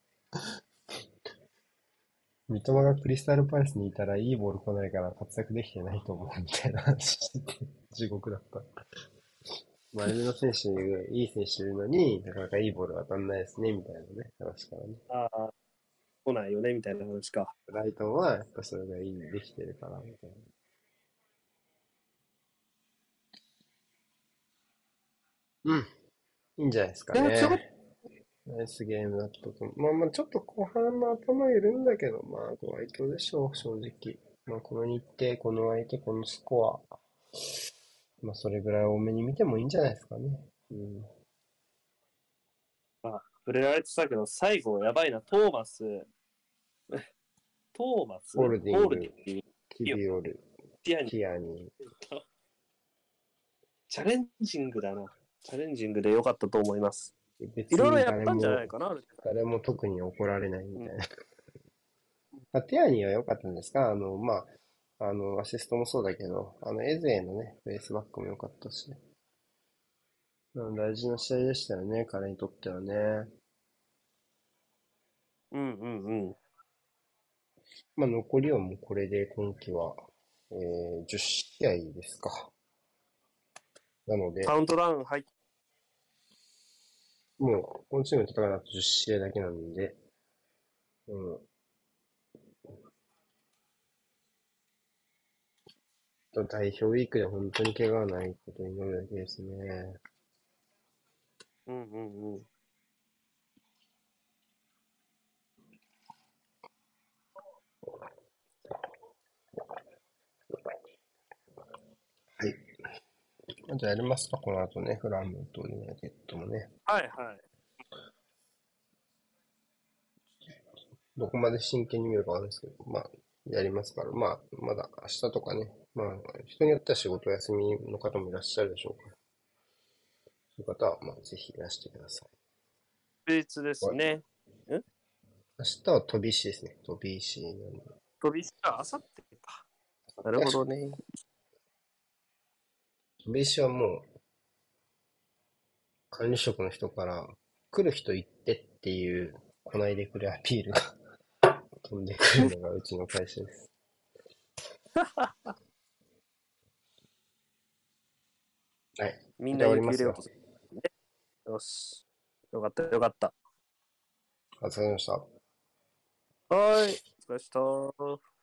三笘がクリスタルパレスにいたらいいボール来ないから活躍できてないと思うみたいな話してて、地獄だった。前目の選手、いい選手いるのになかなかいいボール当たんないですね、みたいなね、話からね。 ー。ああ、来ないよね、みたいな話か。 ライトンはやっぱそれがいい、できてるから、みたいな。うん。いいんじゃないですかいや、強かっね。ナイスゲームだったと思う。まあまあ、ちょっと後半の頭緩んだけど、まあ、ご愛嬌でしょう、正直。まあ、この日程、この相手、このスコア。まあ、それぐらい多めに見てもいいんじゃないですかね。うん。 た。触れられてたけど、最後やばいな。トホールディング、 ホールディング、 キビオル、 ティアニ、 ティアニー。 チャレンジングだな。 チャレンジングで良かったと思います。 別いろいろやっに誰も、 たんじゃないかな。 誰も特に怒られないみたいな。 うんまあ、テアニーは良かったんですか？まあ、アシストもそうだけど、エズエのね、ベースバックも良かったしね。大事な試合でしたよね、彼にとってはね。 うんうんうん。 まあ、残りはもうこれで今季は、10試合ですか。なので、 カウントダウン入っもう、今チームと戦うのは10試合だけなんで、うん、代表ウィークで本当に怪我がないことになるだけですね。 うんうんうん。 はい。じゃあやりますか、この後ね、フラムとユナイテッドもね。 はいはい。 どこまで真剣に見るかわかんないですけど、まあ、やりますから、まあ、まだ明日とかね、まあ、人によっては仕事休みの方もいらっしゃるでしょうから、そういう方は、まあ、ぜひいらしてください。 確実ですはい。 ね。 明日は飛び石ですね。飛び石なんで。 飛び石か、あさってか。なるでほどね。 飛び石はもう、管理職の人から、来る人行ってっていう、来ないでくれアピールが飛んでくるのがうちの会社です。はい。 みんじゃあ終わな受りますよ。 け入れようとする。ね。よし。よかったよかった。 お疲れ様でした。 はい。お疲れ様でした。